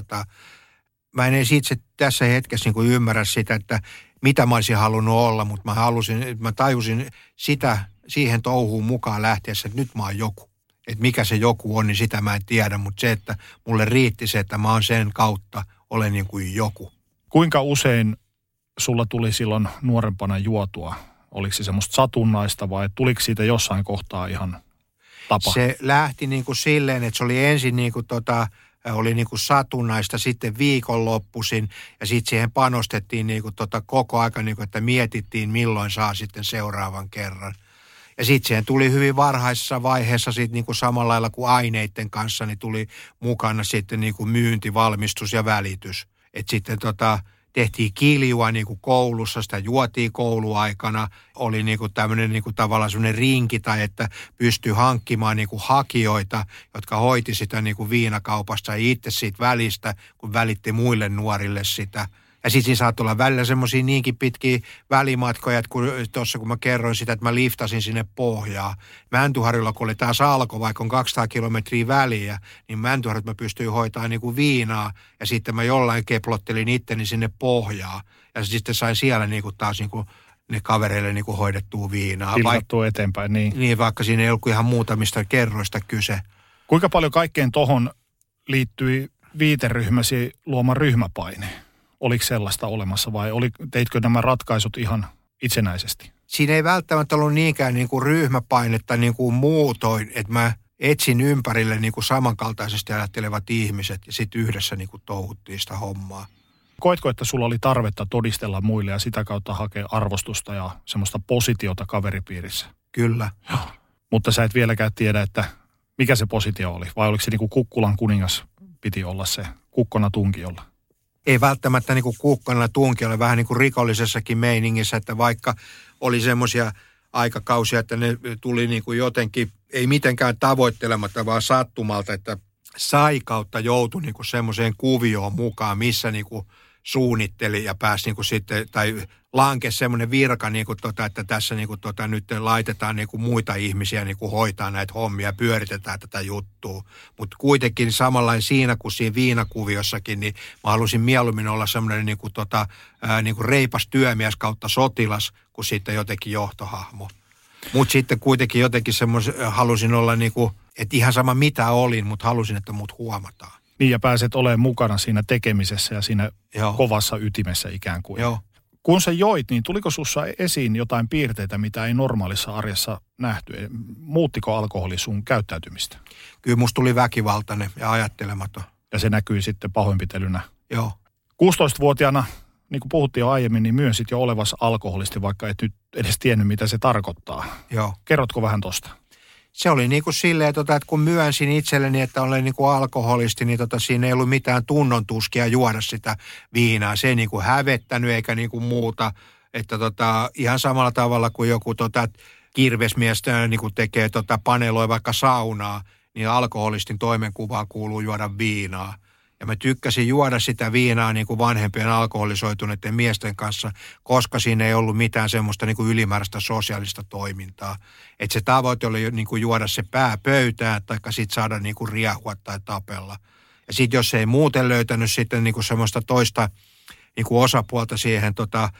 mä en edes itse tässä hetkessä niin kuin ymmärrä sitä, että mitä mä olisin halunnut olla, mutta mä tajusin siihen touhuun mukaan lähtiessä, että nyt mä oon joku. Että mikä se joku on, niin sitä mä en tiedä, mutta se, että mulle riitti se, että mä oon sen kautta, olen niin kuin joku. Kuinka usein sulla tuli silloin nuorempana juotua? Oliko se semmoista satunnaista vai tuliko siitä jossain kohtaa ihan tapa? Se lähti niin kuin silleen, että se oli ensin niin kuin oli niin kuin satunnaista, sitten viikonloppuisin ja sitten siihen panostettiin niin kuin koko aika, niin kuin, että mietittiin milloin saa sitten seuraavan kerran. Ja sitten siihen tuli hyvin varhaisessa vaiheessa sitten niin kuin samalla lailla kuin aineiden kanssa, niin tuli mukana sitten niin kuin myynti, valmistus ja välitys. Että sitten tehtiin kiljua niin kuin koulussa, sitä juotiin kouluaikana, oli niin kuin tämmöinen niin kuin tavallaan semmoinen rinki tai että pystyi hankkimaan niin kuin hakijoita, jotka hoiti sitä niin kuin viinakaupasta ja itse siitä välistä, kun välitti muille nuorille sitä. Ja sitten siinä saattoi olla välillä semmoisia niinkin pitkiä välimatkoja, että kun mä kerroin sitä, että mä liftasin sinne pohjaan. Mäntyharjulla, kun oli taas alko, vaikka on 200 kilometriä väliä, niin Mäntyharjut mä pystyin hoitamaan niin kuin viinaa. Ja sitten mä jollain keplottelin itteni sinne pohjaan. Ja sitten sain siellä niin kuin taas niin kuin ne kavereille niin kuin hoidettua viinaa. Pillattua eteenpäin, niin. Niin, vaikka siinä ei ollut ihan muutamista kerroista kyse. Kuinka paljon kaikkeen tohon liittyi viiteryhmäsi luoma ryhmäpaine? Oliko sellaista olemassa vai teitkö nämä ratkaisut ihan itsenäisesti? Siinä ei välttämättä ollut niinkään niin kuin ryhmäpainetta niin kuin muutoin, että mä etsin ympärille niin kuin samankaltaisesti ajattelevat ihmiset ja sitten yhdessä niin kuin touhuttiin sitä hommaa. Koetko, että sulla oli tarvetta todistella muille ja sitä kautta hakea arvostusta ja semmoista positiota kaveripiirissä? Kyllä. Mutta sä et vieläkään tiedä, että mikä se positio oli vai oliko se niin kuin kukkulan kuningas piti olla se kukkona tunkiolla? Ei välttämättä niin kuin kukkona tunkiolla, vähän niin kuin rikollisessakin meiningissä, että vaikka oli semmoisia aikakausia, että ne tuli niin kuin jotenkin, ei mitenkään tavoittelematta, vaan sattumalta, että sai kautta joutui niin kuin semmoiseen kuvioon mukaan, missä niin kuin suunnitteli ja pääsi niin kuin sitten, tai lankesi semmoinen virka, niin kuin että tässä niin kuin nyt laitetaan niin kuin muita ihmisiä niin kuin hoitaa näitä hommia, pyöritetään tätä juttua. Mutta kuitenkin samanlainen siinä kuin siinä viinakuviossakin, niin mä halusin mieluummin olla semmoinen niin kuin reipas työmies kautta sotilas, kuin sitten jotenkin johtohahmo. Mutta sitten kuitenkin jotenkin semmoisen halusin olla niin kuin, että ihan sama mitä olin, mutta halusin, että mut huomataan. Niin ja pääset olemaan mukana siinä tekemisessä ja siinä kovassa ytimessä ikään kuin. Joo. Kun sä joit, niin tuliko sussa esiin jotain piirteitä, mitä ei normaalissa arjessa nähty? Muuttiko alkoholi sun käyttäytymistä? Kyllä musta tuli väkivaltainen ja ajattelematon. Ja se näkyi sitten pahoinpitelynä? Joo. 16-vuotiaana, niin kuin puhuttiin jo aiemmin, niin myönsit jo olevasi alkoholisti, vaikka et nyt edes tiennyt, mitä se tarkoittaa. Joo. Kerrotko vähän tosta? Se oli niin kuin silleen, että kun myönsin itselleni, että olen niin kuin alkoholisti, niin siinä ei ollut mitään tunnon tuskia juoda sitä viinaa. Se ei niin kuin hävettänyt eikä niin kuin muuta. Että ihan samalla tavalla kuin joku kirvesmies niin kuin tekee paneloi vaikka saunaa, niin alkoholistin toimenkuvaan kuuluu juoda viinaa. Ja mä tykkäsin juoda sitä viinaa niin kuin vanhempien alkoholisoituneiden miesten kanssa, koska siinä ei ollut mitään semmoista niin kuin ylimääräistä sosiaalista toimintaa. Että se tavoite oli niin kuin juoda se pää pöytään, tai sitten saada niin kuin riehua tai tapella. Ja sitten jos ei muuten löytänyt sitten niin kuin semmoista toista niin kuin osapuolta siihen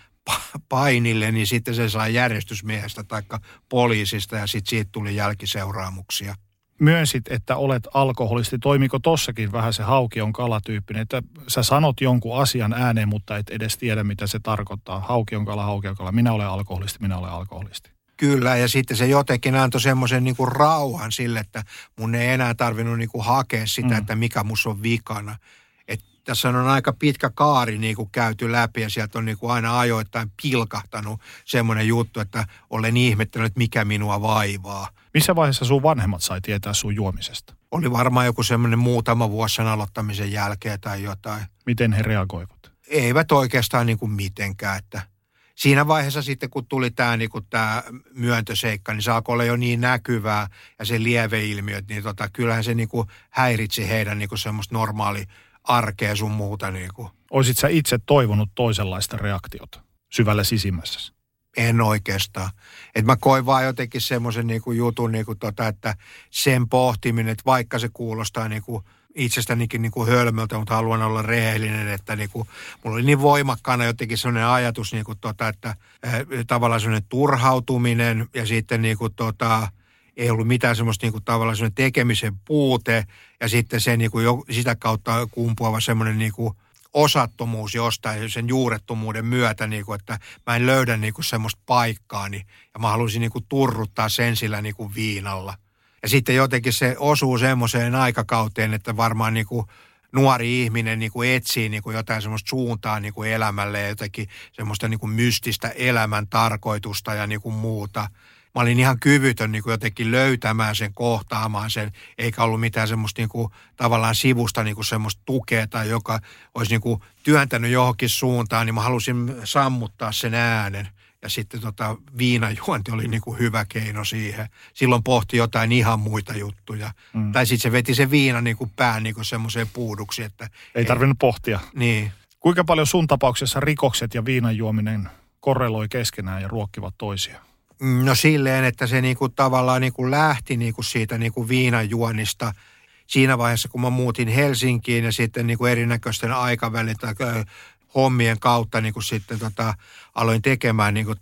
painille, niin sitten se sai järjestysmiehestä tai poliisista, ja sitten siitä tuli jälkiseuraamuksia. Myönsit, että olet alkoholisti. Toimiko tossakin vähän se haukion kalatyyppinen, että sä sanot jonkun asian ääneen, mutta et edes tiedä, mitä se tarkoittaa. Haukion kala, minä olen alkoholisti. Kyllä, ja sitten se jotenkin antoi semmoisen niin kuin rauhan sille, että mun ei enää tarvinnut niin kuin hakea sitä, että mikä musta on vikana. Että tässä on aika pitkä kaari niin kuin käyty läpi, ja sieltä on niin kuin aina ajoittain pilkahtanut semmoinen juttu, että olen ihmettänyt, että mikä minua vaivaa. Missä vaiheessa sun vanhemmat sai tietää sun juomisesta? Oli varmaan joku semmoinen muutama vuosi sen aloittamisen jälkeen tai jotain. Miten he reagoivat? Eivät oikeastaan niin kuin mitenkään, että siinä vaiheessa sitten, kun tuli tämä niinku myöntöseikka, niin se alkoi olla jo niin näkyvää ja se lieveilmiöt, niin kyllähän se niinku häiritsi heidän niinku semmoista normaali arkea sun muuta. Niinku. Oisit sä itse toivonut toisenlaista reaktiota syvällä sisimmässä? En oikeastaan. Että mä koin vaan jotenkin semmoisen niinku jutun, niinku että sen pohtiminen, että vaikka se kuulostaa niinku itsestänikin niinku hölmöltä, mutta haluan olla rehellinen, että niinku, mulla oli niin voimakkaana jotenkin sellainen ajatus, niinku että tavallaan sellainen turhautuminen ja sitten niinku ei ollut mitään semmoista niinku tavallaan sellainen tekemisen puute ja sitten se niinku sitä kautta kumpuava semmoinen niinku osattomuus jostain sen juurettomuuden myötä, niinku, että mä en löydä niinku semmoista paikkaani ja mä haluaisin niinku turruttaa sen sillä niinku viinalla. Ja sitten jotenkin se osuu semmoiseen aikakauteen, että varmaan niinku nuori ihminen niinku etsii niinku jotain semmoista suuntaa niinku elämälle ja jotenkin semmoista niinku mystistä elämän tarkoitusta ja niinku muuta. Mä olin ihan kyvytön niinku jotenkin löytämään sen, kohtaamaan sen, eikä ollut mitään semmoista niinku tavallaan sivusta niinku semmoista tukea tai joka olisi niinku työntänyt johonkin suuntaan, niin mä halusin sammuttaa sen äänen. Ja sitten viinajuonti oli niinku hyvä keino siihen. Silloin pohti jotain ihan muita juttuja. Tai sitten se veti se viina niinku pään niinku semmoiseen puuduksi, että ei tarvinnut pohtia. Niin. Kuinka paljon sun tapauksessa rikokset ja viinanjuominen korreloi keskenään ja ruokkivat toisiaan? No silleen, että se niinku tavallaan niinku lähti niinku siitä niinku viinanjuonista siinä vaiheessa, kun mä muutin Helsinkiin ja sitten niinku erinäköisten aikavälin tai hommien kautta niin kuin sitten aloin tekemään niin kuin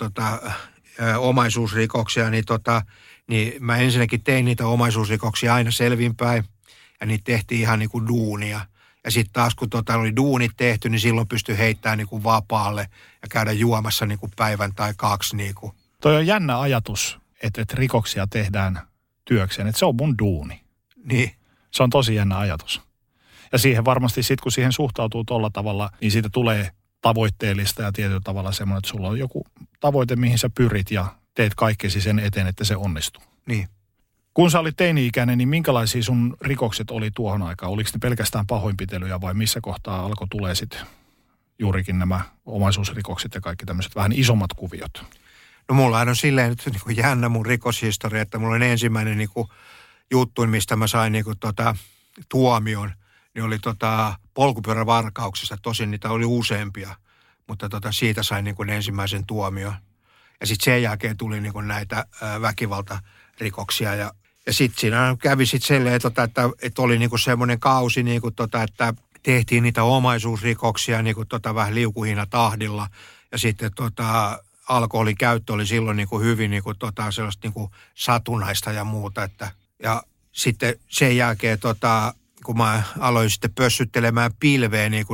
omaisuusrikoksia, niin mä ensinnäkin tein niitä omaisuusrikoksia aina selvinpäin ja niitä tehtiin ihan niin kuin duunia. Ja sitten taas kun oli duunit tehty, niin silloin pystyi heittämään niin kuin vapaalle ja käydä juomassa niin kuin päivän tai kaksi. Niin kuin. Toi on jännä ajatus, että rikoksia tehdään työkseen, että se on mun duuni. Niin. Se on tosi jännä ajatus. Ja siihen varmasti sitten, kun siihen suhtautuu tolla tavalla, niin siitä tulee tavoitteellista ja tietyllä tavalla semmoinen, että sulla on joku tavoite, mihin sä pyrit ja teet kaikkesi sen eteen, että se onnistuu. Niin. Kun sä olit teini-ikäinen, niin minkälaisia sun rikokset oli tuohon aikaan? Oliko ne pelkästään pahoinpitelyjä vai missä kohtaa alkoi tulee sitten juurikin nämä omaisuusrikokset ja kaikki tämmöiset vähän isommat kuviot? No mulla on silleen nyt niin kuin jännä mun rikoshistoria, että mulla on ensimmäinen niin kuin juttu, mistä mä sain niin kuin tuomion, niin oli polkupyörävarkauksesta. Tosin niitä oli useampia, mutta siitä sain niin kuin ensimmäisen tuomion. Ja sitten sen jälkeen tuli niin kuin näitä väkivaltarikoksia. Ja sitten siinä kävi sitten silleen, että oli niin kuin semmoinen kausi, niin kuin että tehtiin niitä omaisuusrikoksia niin kuin vähän liukuhina tahdilla. Ja sitten alkoholin käyttö oli silloin niin kuin hyvin niin kuin sellaista niin kuin satunnaista ja muuta. Ja sitten sen jälkeen, kun mä aloin sitten pössyttelemään pilveä, niin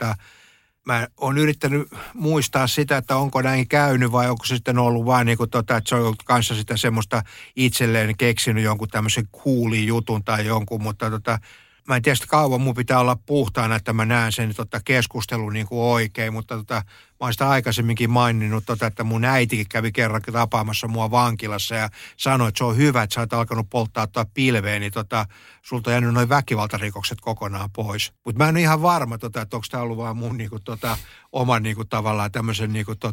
mä oon yrittänyt muistaa sitä, että onko näin käynyt vai onko se sitten ollut vaan niin kuin että se on ollut kanssa sitä semmoista itselleen keksinyt jonkun tämmöisen coolin jutun tai jonkun, mutta mä en tiedä, että kauan mun pitää olla puhtaana, että mä näen sen keskustelun niin kuin oikein, mutta mä oon sitä aikaisemminkin maininnut, että mun äitikin kävi kerran tapaamassa mua vankilassa ja sanoi, että se on hyvä, että sä oot alkanut polttaa pilveä, niin sulta on jäänyt noin väkivaltarikokset kokonaan pois. Mutta mä en ole ihan varma, että onko tämä ollut vaan mun niin kuin, oman niin kuin, tavallaan tämmöisen niin kuin,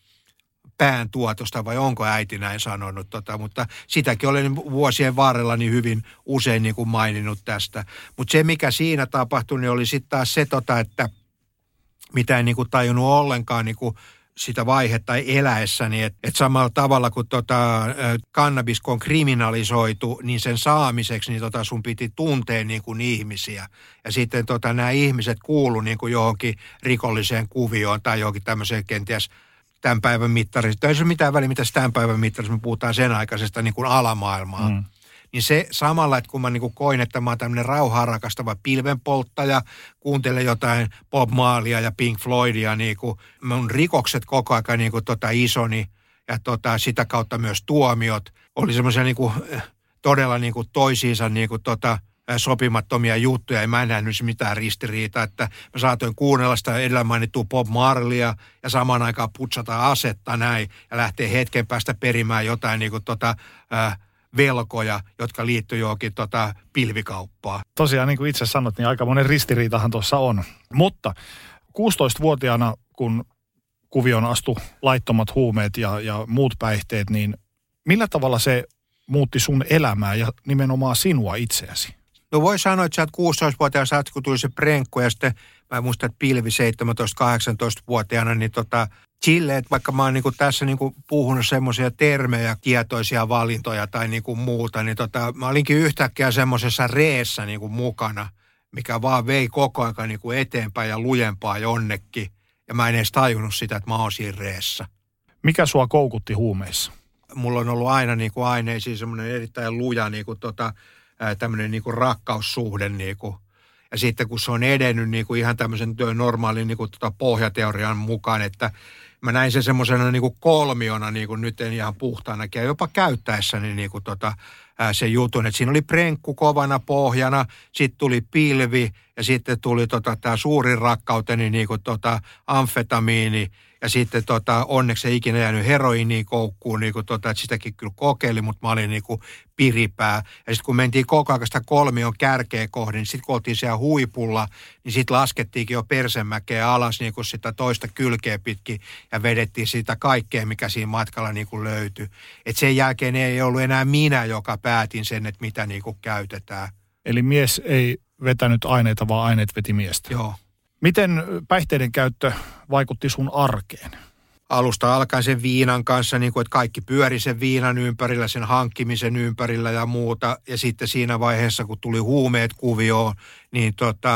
pään tuotosta vai onko äiti näin sanonut, mutta sitäkin olen vuosien varrella niin hyvin usein niin kuin maininnut tästä. Mutta se, mikä siinä tapahtui, niin oli sitten taas se, että mitä en niin kuin tajunnut ollenkaan niin kuin sitä vaihetta eläessäni, että samalla tavalla kuin kannabis kun on kriminalisoitu, niin sen saamiseksi niin sun piti tuntea niin kuin ihmisiä. Ja sitten nämä ihmiset kuulu niin kuin johonkin rikolliseen kuvioon tai johonkin tämmöiseen kenties tämän päivän mittarista. Ei se mitään väliä, mitä tämän päivän mittarista, me puhutaan sen aikaisesta niin kuin alamaailmaa. Niin se samalla, että kun mä niin kuin koin, että mä oon tämmöinen rauhaa rakastava pilvenpolttaja, kuuntelen jotain Bob Marleya ja Pink Floydia, niin kuin mun rikokset koko ajan niin kuin isoni ja sitä kautta myös tuomiot oli semmoisia niin kuin todella niin kuin toisiinsa niin kuin sopimattomia juttuja, ja mä en nähnyt mitään ristiriitaa, että mä saatoin kuunnella sitä edellä mainittua Bob Marleya ja samaan aikaan putsata asetta näin ja lähteä hetken päästä perimään jotain niin kuin velkoja, jotka liittyy johonkin pilvikauppaan. Tosiaan, niin kuin itse sanot, niin aika monen ristiriitahan tuossa on. Mutta 16-vuotiaana, kun kuvioon astui laittomat huumeet ja muut päihteet, niin millä tavalla se muutti sun elämää ja nimenomaan sinua itseäsi? No voi sanoa, että sä oot 16-vuotiaana, kun tuli se prenkku ja sitten mä muistan, että pilvi 17-18-vuotiaana, niin silleen, että vaikka mä oon niinku tässä niinku puhunut semmoisia termejä, tietoisia valintoja tai niinku muuta, niin mä olinkin yhtäkkiä semmoisessa reessä niinku mukana, mikä vaan vei koko ajan niinku eteenpäin ja lujempaa jonnekin. Ja mä en edes tajunnut sitä, että mä oon siinä reessä. Mikä sua koukutti huumeissa? Mulla on ollut aina niinku aineisiin semmoinen erittäin luja niinku tämmöinen niinku rakkaussuhde niinku. Ja sitten kun se on edennyt niinku ihan tämmöisen normaalin niinku pohjateorian mukaan, että mä näin sen semmoisena niinku kolmiona, niinku nyt en ihan puhtaanakin, ja jopa käyttäessäni niinku se jutun, että siinä oli prenkku kovana pohjana, sitten tuli pilvi ja sitten tuli tämä suurin rakkauteni niinku amfetamiini ja sitten onneksi ei ikinä jäänyt heroiiniin koukkuun, niinku että sitäkin kyllä kokeili, mutta mä olin niinku piripää. Ja sitten kun mentiin koko ajan sitä kolmion kärkeä kohdin, niin sitten kun oltiin siellä huipulla, niin sitten laskettiinkin jo persemäkeä alas niinku sitä toista kylkeä pitkin ja vedettiin sitä kaikkea, mikä siinä matkalla niinku löytyi. Et sen jälkeen ei ollut enää minä, joka päätin sen, että mitä niinku käytetään. Eli mies ei vetänyt aineita, vaan aineet veti miestä. Joo. Miten päihteiden käyttö vaikutti sun arkeen? Alusta alkaen sen viinan kanssa, niin kuin, että kaikki pyöri sen viinan ympärillä, sen hankkimisen ympärillä ja muuta. Ja sitten siinä vaiheessa, kun tuli huumeet kuvioon, niin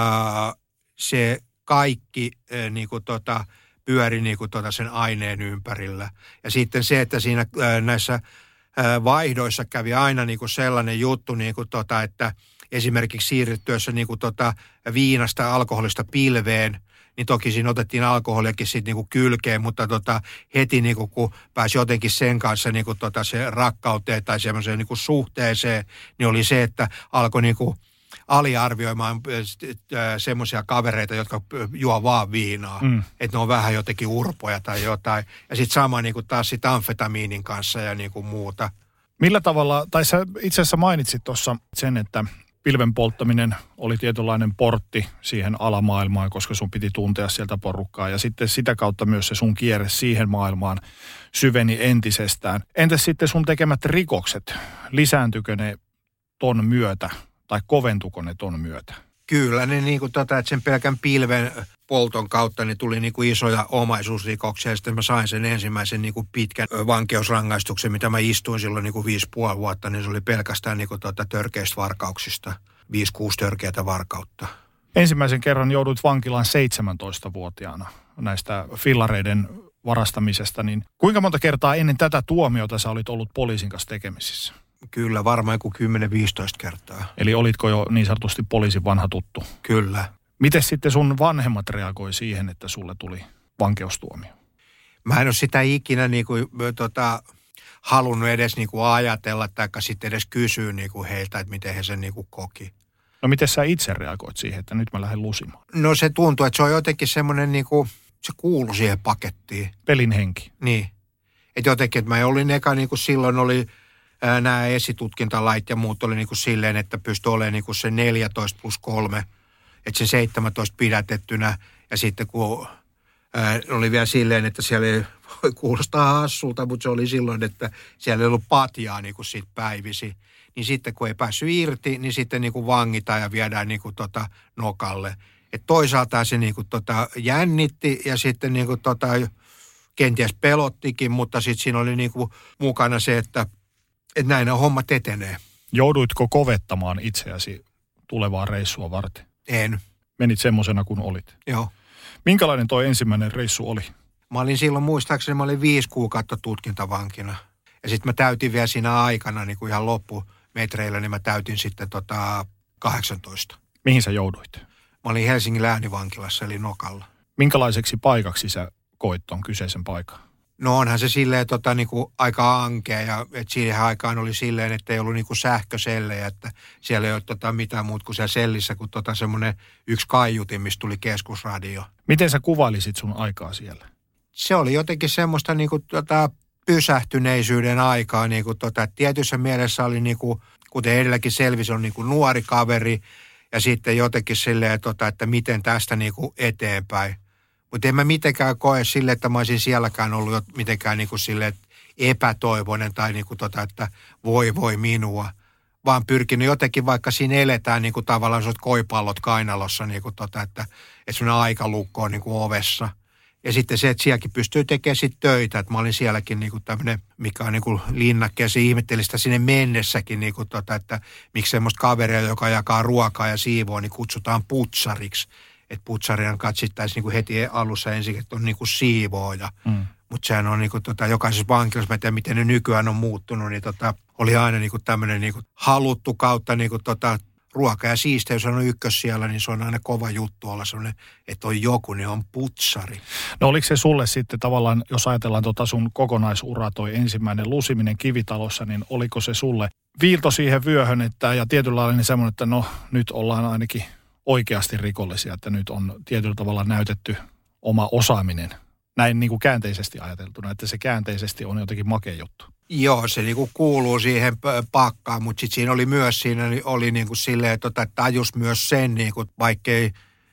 se kaikki niin kuin, pyöri niin kuin, sen aineen ympärillä. Ja sitten se, että siinä näissä vaihdoissa kävi aina niin kuin sellainen juttu, niin kuin, että esimerkiksi siirryttyessä niin kuin viinasta alkoholista pilveen, niin toki siinä otettiin alkoholiakin sitten niin kuin kylkeen, mutta heti niin kuin, kun pääsi jotenkin sen kanssa niin kuin se rakkauteen tai semmoiseen niin kuin suhteeseen, niin oli se, että alkoi niin kuin aliarvioimaan semmoisia kavereita, jotka juo vaan viinaa. Että ne on vähän jotenkin urpoja tai jotain. Ja sitten sama niin kuin taas sit amfetamiinin kanssa ja niin kuin muuta. Millä tavalla, tai sä itse asiassa mainitsit tuossa sen, että pilven polttaminen oli tietynlainen portti siihen alamaailmaan, koska sun piti tuntea sieltä porukkaa. Ja sitten sitä kautta myös se sun kierre siihen maailmaan syveni entisestään. Entäs sitten sun tekemät rikokset? Lisääntyikö ne ton myötä tai koventuko ne ton myötä? Kyllä, ne että sen pelkän pilven polton kautta niin tuli isoja omaisuusrikoksia. Ja sitten mä sain sen ensimmäisen pitkän vankeusrangaistuksen, mitä mä istuin silloin 5,5 vuotta, niin se oli pelkästään törkeistä varkauksista. 5-6 törkeätä varkautta. Ensimmäisen kerran jouduit vankilaan 17-vuotiaana näistä fillareiden varastamisesta, niin kuinka monta kertaa ennen tätä tuomiota sä olit ollut poliisin kanssa tekemisissä? Kyllä, varmaan kuin 10-15 kertaa. Eli olitko jo niin sanotusti poliisin vanha tuttu? Kyllä. Miten sitten sun vanhemmat reagoi siihen, että sulle tuli vankeustuomio? Mä en ole sitä ikinä halunnut edes ajatella tai sitten edes kysyä heiltä, että miten he sen koki. No miten sä itse reagoit siihen, että nyt mä lähden lusimaan? No se tuntuu, että se on jotenkin semmoinen se kuului siihen pakettiin. Pelin henki. Niin. Että jotenkin, että mä olin eka silloin oli nämä esitutkintalait ja muut oli silleen, että pystyi olemaan se 14+3, että se 17 pidätettynä. Ja sitten kun oli vielä silleen, että siellä ei voi kuulostaa hassulta, mutta se oli silloin, että siellä ei ollut patjaa siitä päivisi. Niin sitten kun ei päässyt irti, niin sitten vangitaan ja viedään nokalle. Et toisaalta se jännitti ja sitten kenties pelottikin, mutta sitten siinä oli mukana se, että näin hommat etenee. Jouduitko kovettamaan itseäsi tulevaa reissua varten? En. Menit semmosena kuin olit? Joo. Minkälainen toi ensimmäinen reissu oli? Mä olin silloin, muistaakseni, 5 kuukautta tutkintavankina. Ja sitten mä täytin vielä siinä aikana ihan loppumetreillä, niin mä täytin sitten 18. Mihin sä jouduit? Mä olin Helsingin läänivankilassa, eli Nokalla. Minkälaiseksi paikaksi sä koit ton kyseisen paikan? No onhan se silleen aika ankea ja että siihen aikaan oli silleen, että ei ollut sähkösellejä, että siellä ei ole mitään muuta kuin siellä sellissä, kun semmoinen yksi kaiutin, mistä tuli keskusradio. Miten sä kuvailisit sun aikaa siellä? Se oli jotenkin semmoista pysähtyneisyyden aikaa, että tietyssä mielessä oli kuten edelläkin selvisi, on nuori kaveri ja sitten jotenkin silleen, että miten tästä eteenpäin. Mutta en mä mitenkään koe sille, että mä olisin sielläkään ollut mitenkään silleen epätoivoinen tai että voi minua. Vaan pyrkinyt jotenkin, vaikka siinä eletään tavallaan sellaiset koipallot kainalossa, että semmoinen aikalukko on ovessa. Ja sitten se, että sielläkin pystyy tekemään sit töitä. Että mä olin sielläkin tämmöinen, mikä on linnakkeessa, ihmetteli sitä sinne mennessäkin, että miksi semmoista kaveria, joka jakaa ruokaa ja siivoo, niin kutsutaan putsariksi. Että putsarian katsittaisiin heti alussa ensin, että on siivooja. Mutta sehän on jokaisessa vankilassa, mä en tiedä miten ne nykyään on muuttunut, niin oli aina tämmöinen haluttu kautta ruoka ja siisteys on ykkös siellä, niin se on aina kova juttu olla sellainen, että on joku, niin on putsari. No oliko se sulle sitten tavallaan, jos ajatellaan sun kokonaisuraa, toi ensimmäinen lusiminen Kivitalossa, niin oliko se sulle viilto siihen vyöhön, ja tietynlainen semmoinen, että no nyt ollaan ainakin oikeasti rikollisia, että nyt on tietyllä tavalla näytetty oma osaaminen. Näin käänteisesti ajateltuna, että se käänteisesti on jotenkin makea juttu. Joo, se kuuluu siihen pakkaan, mutta sitten siinä oli myös oli silleen, että tajus myös sen, vaikkei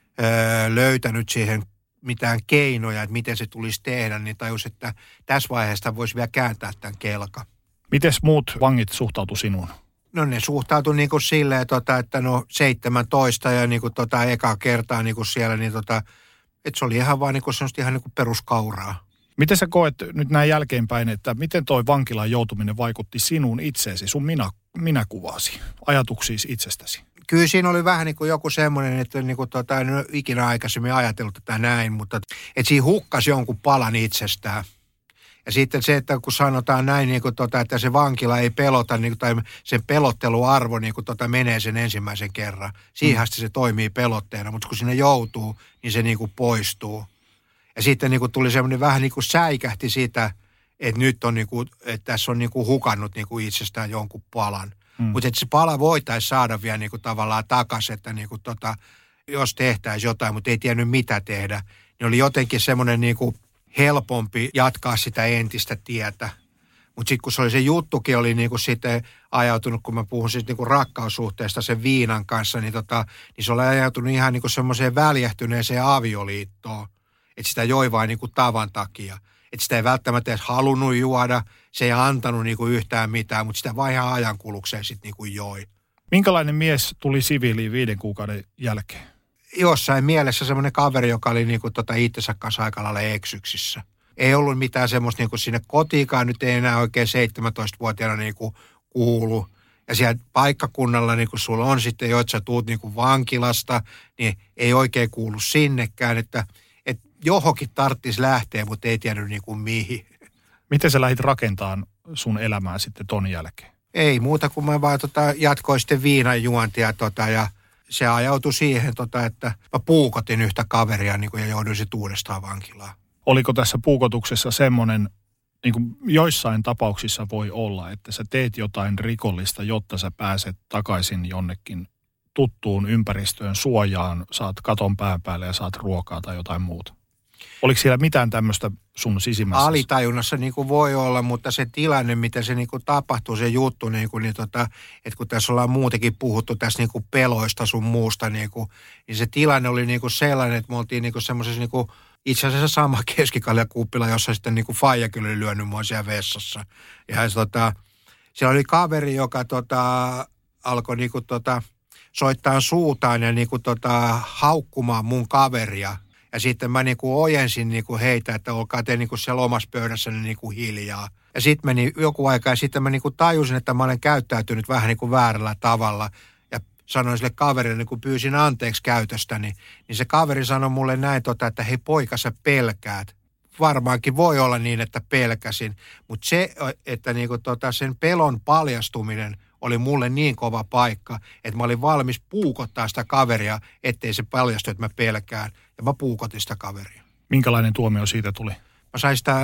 löytänyt siihen mitään keinoja, että miten se tulisi tehdä, niin tajus, että tässä vaiheessa voisi vielä kääntää tämän kelkan. Mites muut vangit suhtautu sinuun? No ne suhtautui silleen, että 17 ja eka kertaa siellä, että se oli ihan vaan semmoista ihan peruskauraa. Miten sä koet nyt näin jälkeenpäin, että miten toi vankilaan joutuminen vaikutti sinuun itseesi, sun minäkuvaasi, ajatuksiisi itsestäsi? Kyllä siinä oli vähän joku semmoinen, että en ole ikinä aikaisemmin ajatellut tätä näin, mutta että siinä hukkasi jonkun palan itsestään. Ja sitten se, että kun sanotaan näin, että se vankila ei pelota, tai sen pelotteluarvo menee sen ensimmäisen kerran. Siihen asti se toimii pelotteena, mutta kun sinne joutuu, niin se poistuu. Ja sitten tuli semmoinen vähän säikähti sitä, että nyt on että tässä on hukannut itsestään jonkun palan. Mutta että se pala voitaisiin saada vielä tavallaan takaisin, että jos tehtäisiin jotain, mutta ei tiennyt mitä tehdä, niin oli jotenkin semmoinen helpompi jatkaa sitä entistä tietä. Mutta sitten kun se oli se juttukin oli niinku sitten ajautunut, kun mä puhun siis niinku rakkaussuhteesta sen viinan kanssa, niin se oli ajautunut ihan niinku semmoiseen väljähtyneeseen avioliittoon. Että sitä joi vain niinku tavan takia. Että sitä ei välttämättä edes halunnut juoda, se ei antanut niinku yhtään mitään, mutta sitä vaan ihan ajankulukseen sitten niinku joi. Minkälainen mies tuli siviiliin 5 kuukauden jälkeen? Jossain mielessä semmoinen kaveri, joka oli niinku itsensä kanssa aika lailla eksyksissä. Ei ollut mitään semmoista niinku sinne kotiinkaan, nyt ei enää oikein 17-vuotiaana niinku kuulu. Ja siellä paikkakunnalla niinku sulla on sitten jo, että sä tuut niinku vankilasta, niin ei oikein kuulu sinnekään, että johonkin tarvitsisi lähteä, mutta ei tiedä niinku mihin. Miten sä lähdit rakentamaan sun elämää sitten ton jälkeen? Ei muuta kuin mä vaan jatkoin sitten viinan juontia ja se ajautui siihen, että mä puukotin yhtä kaveria niin ja jouduin sitten uudestaan vankilaan. Oliko tässä puukotuksessa semmoinen, niin kuin joissain tapauksissa voi olla, että sä teet jotain rikollista, jotta sä pääset takaisin jonnekin tuttuun ympäristöön, suojaan, saat katon pään päälle ja saat ruokaa tai jotain muuta? Oliko siellä mitään tämmöistä sun sisimmässä? Alitajunnassa niin kuin voi olla, mutta se tilanne, miten se niin kuin tapahtuu, se juttu, että kun tässä ollaan muutenkin puhuttu tässä niin kuin peloista sun muusta, niin se tilanne oli niin kuin sellainen, että me oltiin niin kuin semmoisessa niin kuin itse asiassa sama keskikaljakuppila, jossa sitten niin kuin faija kyllä oli lyönyt mua siellä vessassa. Ja siellä oli kaveri, joka alkoi niin kuin soittaa suutaan ja niin kuin haukkumaan mun kaveria. Ja sitten mä niinku ojensin niinku heitä, että olkaa te niinku siellä omassa pöydässäni niinku hiljaa. Ja sitten meni joku aika ja sitten mä niinku tajusin, että mä olen käyttäytynyt vähän niinku väärällä tavalla. Ja sanoin sille kaverille, niin kun pyysin anteeksi käytöstäni, niin se kaveri sanoi mulle näin, että hei poika, sä pelkäät. Varmaankin voi olla niin, että pelkäsin. Mutta se, että niinku sen pelon paljastuminen oli mulle niin kova paikka, että mä olin valmis puukottaa sitä kaveria, ettei se paljastu, että mä pelkään. Ja mä puukotin sitä kaveria. Minkälainen tuomio siitä tuli? Mä sain sitä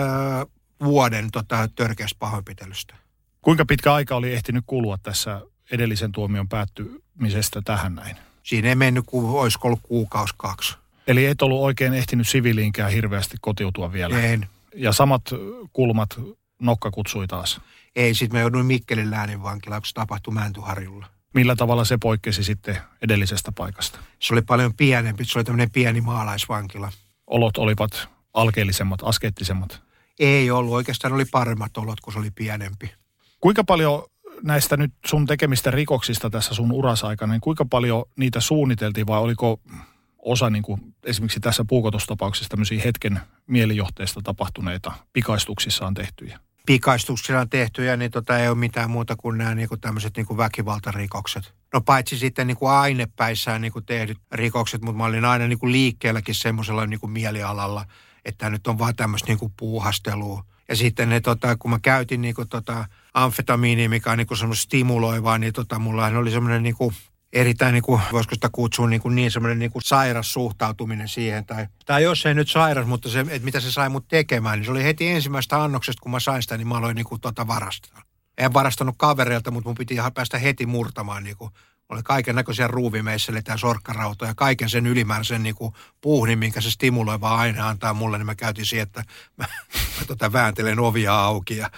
vuoden törkeästä pahoinpitelystä. Kuinka pitkä aika oli ehtinyt kulua tässä edellisen tuomion päättymisestä tähän näin? Siinä ei mennyt, olisiko ollut 1-2 kuukausia. Eli et ollut oikein ehtinyt siviiliinkään hirveästi kotiutua vielä? En. Ja samat kulmat nokka kutsui taas? Ei, sitten mä jouduin Mikkelin lääninvankilaan, kun se tapahtui Mäntyharjulla. Millä tavalla se poikkesi sitten edellisestä paikasta? Se oli paljon pienempi, se oli tämmöinen pieni maalaisvankila. Olot olivat alkeellisemmat, askeettisemmat? Ei ollut, oikeastaan oli paremmat olot, kun se oli pienempi. Kuinka paljon näistä nyt sun tekemistä rikoksista tässä sun urasaikana, niin kuinka paljon niitä suunniteltiin vai oliko osa niin kuin esimerkiksi tässä puukotustapauksessa tämmöisiä hetken mielijohteesta tapahtuneita pikaistuksissaan tehtyjä? Pikaistuksilla tehtyjä, niin ei ole mitään muuta kuin nämä tämmöiset väkivaltarikokset. No paitsi sitten ainepäissään tehdyt rikokset, mutta mä olin aina liikkeelläkin semmoisella mielialalla, että nyt on vaan tämmöistä puuhastelua. Ja sitten ne, kun mä käytin amfetamiinia, mikä on semmoista stimuloivaa, niin mullahan oli semmoinen erittäin, voisiko sitä kutsua niin semmoinen sairas suhtautuminen siihen. Tai jos ei nyt sairas, mutta se, että mitä se sai mut tekemään, niin se oli heti ensimmäistä annoksesta, kun mä sain sitä, niin mä aloin varastaa. En varastanut kavereilta, mutta mun piti päästä heti murtamaan. Oli kaiken näköisiä ruuvimeisseleitä ja sorkkarautoja, kaiken sen ylimääräisen puuhnin, minkä se stimuloiva aine antaa mulle, niin mä käytin siihen, että mä vääntelen ovia auki ja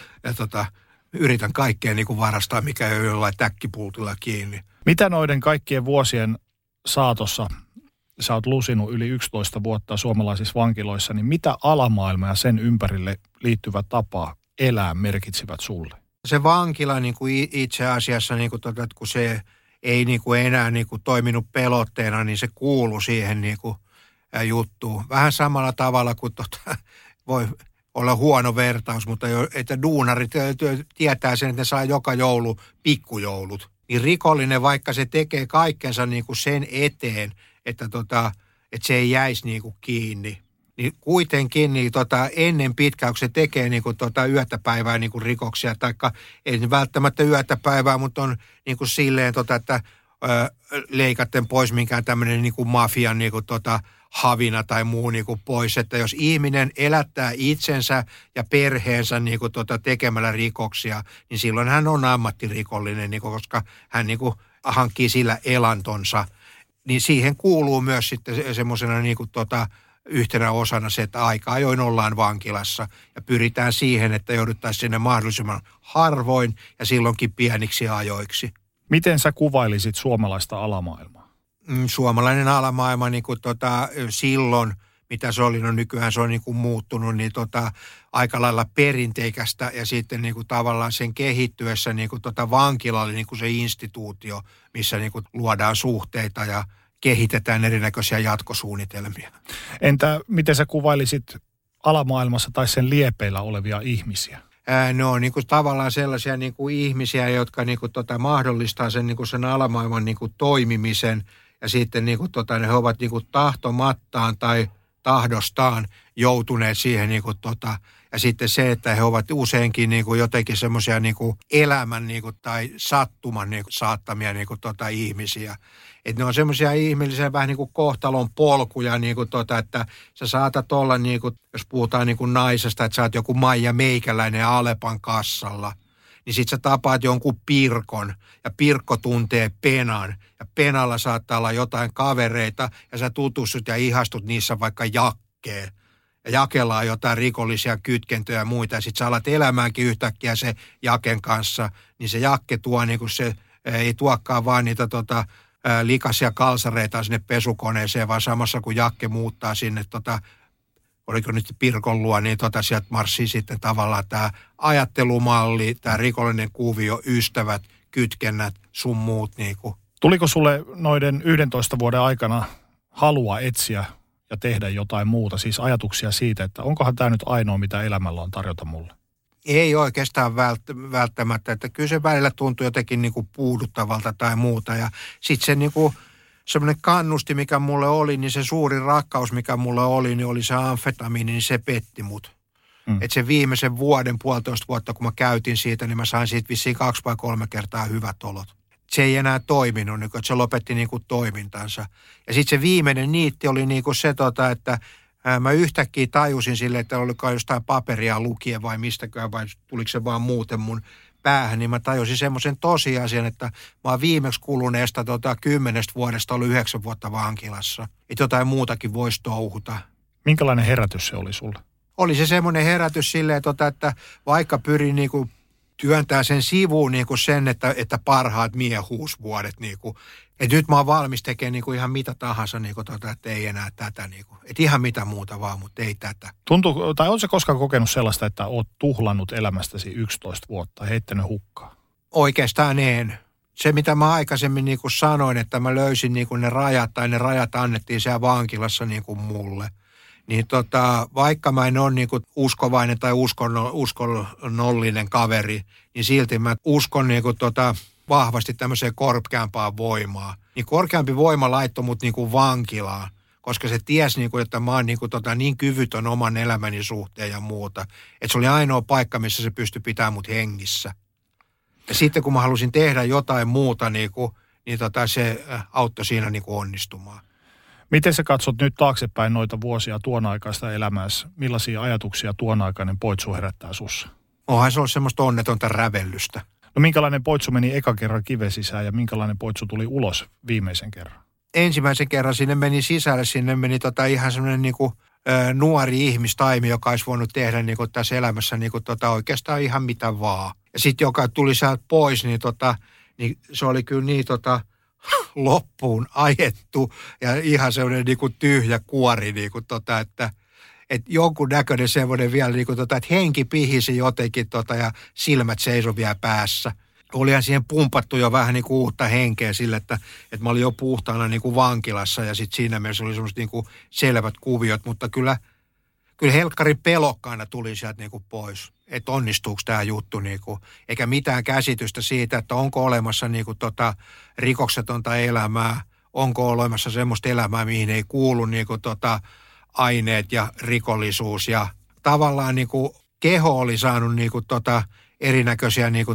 yritän kaikkea varastaa, mikä ei ole jollain täkkipultilla kiinni. Mitä noiden kaikkien vuosien saatossa, sä oot lusinut yli 11 vuotta suomalaisissa vankiloissa, niin mitä alamaailma ja sen ympärille liittyvä tapa elää merkitsivät sulle? Se vankila itse asiassa, kun se ei enää toiminut pelotteena, niin se kuului siihen juttuun. Vähän samalla tavalla kuin voi olla huono vertaus, mutta että duunarit tietää sen, että ne saa joka joulu pikkujoulut. Niin rikollinen, vaikka se tekee kaikkensa sen eteen, että se ei jäisi kiinni, niin kuitenkin ennen pitkään, kun se tekee yötä päivää rikoksia, taikka ei välttämättä yötä päivää, mutta on silleen, että leikatten pois minkään tämmöinen mafian havina tai muu pois, että jos ihminen elättää itsensä ja perheensä tekemällä rikoksia, niin silloin hän on ammattirikollinen, koska hän hankkii sillä elantonsa. Niin siihen kuuluu myös sitten semmoisena yhtenä osana se, että aika ajoin ollaan vankilassa ja pyritään siihen, että jouduttaisiin sinne mahdollisimman harvoin ja silloinkin pieniksi ajoiksi. Miten sä kuvailisit suomalaista alamaailmaa? Suomalainen alamaailma niin kuin silloin, mitä se oli, no nykyään se on niin kuin muuttunut, niin aika lailla perinteikästä ja sitten niin kuin tavallaan sen kehittyessä niin kuin vankila oli niin kuin se instituutio, missä niin kuin luodaan suhteita ja kehitetään erinäköisiä jatkosuunnitelmia. Entä miten sä kuvailisit alamaailmassa tai sen liepeillä olevia ihmisiä? Ne on niin kuin tavallaan sellaisia niin kuin ihmisiä, jotka niin kuin mahdollistaa sen, niin kuin sen alamaailman niin kuin toimimisen ja sitten niin kuin he ovat niin kuin tahtomattaan tai tahdostaan joutuneet siihen niin kuin ja sitten se, että he ovat useinkin niin kuin jotenkin semmoisia niin kuin elämän niin kuin tai sattuman niin kuin saattamia niin kuin ihmisiä. Että ne on semmoisia ihmisiä vähän niin kuin kohtalon polkuja, niin kuin että sä saatat olla, niin kuin, jos puhutaan niin kuin naisesta, että sä oot joku Maija Meikäläinen Alepan kassalla, niin sit sä tapaat jonkun Pirkon ja Pirkko tuntee Penan ja Penalla saattaa olla jotain kavereita ja sä tutustut ja ihastut niissä vaikka Jakkeen. Ja Jakellaan jotain rikollisia kytkentöjä ja muita ja sit sä alat elämäänkin yhtäkkiä se Jaken kanssa, niin se Jakke tuo niin kuin se, ei tuokaan vaan niitä likaisia kalsareita sinne pesukoneeseen, vaan samassa kun Jakke muuttaa sinne, oliko nyt Pirkon luo, niin sieltä marssii sitten tavallaan tämä ajattelumalli, tämä rikollinen kuvio, ystävät, kytkennät, sun muut. Niin kuin. Tuliko sulle noiden 11 vuoden aikana halua etsiä ja tehdä jotain muuta, siis ajatuksia siitä, että onkohan tämä nyt ainoa, mitä elämällä on tarjota mulle? Ei oikeastaan välttämättä, että kyllä se välillä tuntuu jotenkin niin kuin puuduttavalta tai muuta ja sitten se niin kuin semmoinen kannusti, mikä mulle oli, niin se suuri rakkaus, mikä mulle oli, niin oli se amfetamiini, niin se petti mut. Että se viimeisen vuoden, 1,5 vuotta, kun mä käytin siitä, niin mä sain siitä vissiin 2 vai 3 kertaa hyvät olot. Se ei enää toiminut, niin että se lopetti niin kuin toimintansa. Ja sitten se viimeinen niitti oli niin kuin se, että mä yhtäkkiä tajusin sille, että oliko jostain paperia lukien vai mistäkään, vai tuliko se vaan muuten mun päähän, niin mä tajusin semmoisen tosiasian, että mä oon viimeksi kuluneesta 10 vuodesta ollut 9 vuotta vankilassa. Että jotain muutakin voisi touhuta. Minkälainen herätys se oli sulle? Oli se semmoinen herätys silleen, että vaikka pyrin niinku työntää sen sivuun niinku sen, että parhaat miehuusvuodet niinku. Että nyt mä oon valmis tekemään niinku ihan mitä tahansa, niinku että ei enää tätä. Niinku. Että ihan mitä muuta vaan, mutta ei tätä. Tuntuu, tai ootko sä koskaan kokenut sellaista, että oot tuhlannut elämästäsi 11 vuotta, heittänyt hukkaan? Oikeastaan en. Se, mitä mä aikaisemmin niinku sanoin, että mä löysin niinku ne rajat, tai ne rajat annettiin siellä vankilassa niinku mulle. Niin vaikka mä en ole niinku uskovainen tai uskonnollinen kaveri, niin silti mä uskon niinku vahvasti tämmöiseen korkeampaan voimaan. Niin korkeampi voima laittoi mut niinku vankilaan, koska se tiesi, niinku, että mä oon niinku niin kyvytön oman elämäni suhteen ja muuta. Että se oli ainoa paikka, missä se pystyi pitämään mut hengissä. Ja sitten kun mä halusin tehdä jotain muuta, niin se auttoi siinä niinku onnistumaan. Miten sä katsot nyt taaksepäin noita vuosia tuon aikaista elämääsi? Millaisia ajatuksia tuon aikainen poitsu herättää sussa? Onhan se ollut semmoista onnetonta rävellystä. No minkälainen poitsu meni eka kerran kiven sisään ja minkälainen poitsu tuli ulos viimeisen kerran? Ensimmäisen kerran sinne meni sisälle, sinne meni ihan semmoinen niinku, nuori ihmistaimi, joka olisi voinut tehdä niinku tässä elämässä niinku, oikeastaan ihan mitä vaan. Ja sitten joka tuli sieltä pois, niin, niin se oli kyllä niin loppuun ajettu ja ihan semmoinen niinku tyhjä kuori, niinku, että jonkun näköinen semmoinen vielä, niinku, että henki pihisi jotenkin ja silmät seisoi vielä päässä. Olihan siihen pumpattu jo vähän niinku uutta henkeä sille, että mä olin jo puhtaana niinku vankilassa ja sitten siinä mielessä oli semmoiset niinku selvät kuviot, mutta kyllä helkkarin pelokkaana tuli sieltä niinku pois, että onnistuuko tämä juttu, niinku, eikä mitään käsitystä siitä, että onko olemassa niinku rikoksetonta elämää, onko olemassa semmoista elämää, mihin ei kuulu niinku aineet ja rikollisuus ja tavallaan niinku keho oli saanut niinku erinäköisiä niinku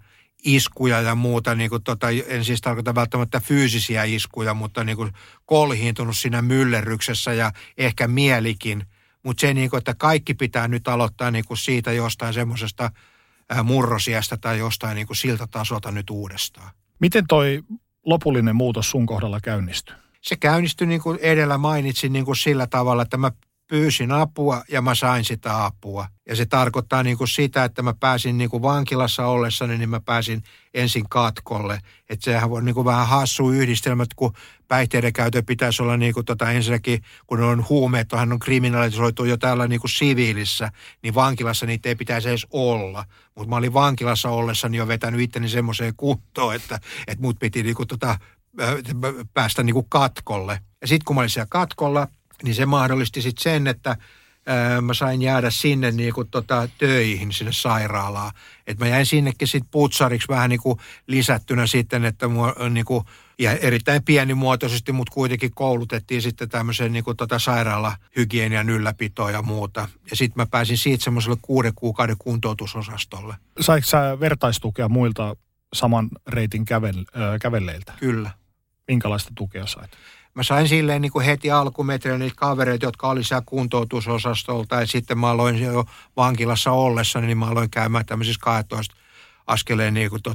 iskuja ja muuta, niinku en siis tarkoita välttämättä fyysisiä iskuja, mutta niinku kolhiintunut siinä myllerryksessä ja ehkä mielikin. Mutta se, niinku, että kaikki pitää nyt aloittaa niinku siitä jostain semmoisesta murrosiästä tai jostain niinku siltä tasolta nyt uudestaan. Miten toi lopullinen muutos sun kohdalla käynnistyi? se käynnistyi niin kuin edellä mainitsin niin kuin sillä tavalla, että mä pyysin apua ja mä sain sitä apua. Ja se tarkoittaa niin kuin sitä, että mä pääsin niin kuin vankilassa ollessani, niin mä pääsin ensin katkolle. Että sehän voi niin kuin vähän hassu yhdistelmä, kun päihteiden käytön pitäisi olla niin kuin ensinnäkin, kun on huumeet, on kriminalisoitu jo täällä niin kuin siviilissä, niin vankilassa niitä ei pitäisi edes olla. Mutta mä olin vankilassa ollessani jo vetänyt itteni semmoiseen kuntoon, että mut piti niin kuin päästä niin kuin katkolle. Ja sitten kun mä olin siellä katkolla, niin se mahdollisti sitten sen, että mä sain jäädä sinne niinku töihin, sinne sairaalaan. Että mä jäin sinnekin sitten putsariksi vähän niinku lisättynä sitten, että mua niinku, ja erittäin pienimuotoisesti, mutta kuitenkin koulutettiin sitten tämmöiseen niinku sairaalahygienian ylläpitoon ja muuta. Ja sitten mä pääsin siitä semmoiselle 6 kuukauden kuntoutusosastolle. Saiko sä vertaistukea muilta saman reitin kävelleiltä? Kyllä. Minkälaista tukea sait? Mä sain silleen niin kuin heti alkumetreillä niitä kavereita, jotka oli siellä kuntoutusosastolta, ja sitten mä aloin jo vankilassa ollessa, niin mä aloin käymään tämmöisissä 12 askeleen niin kuin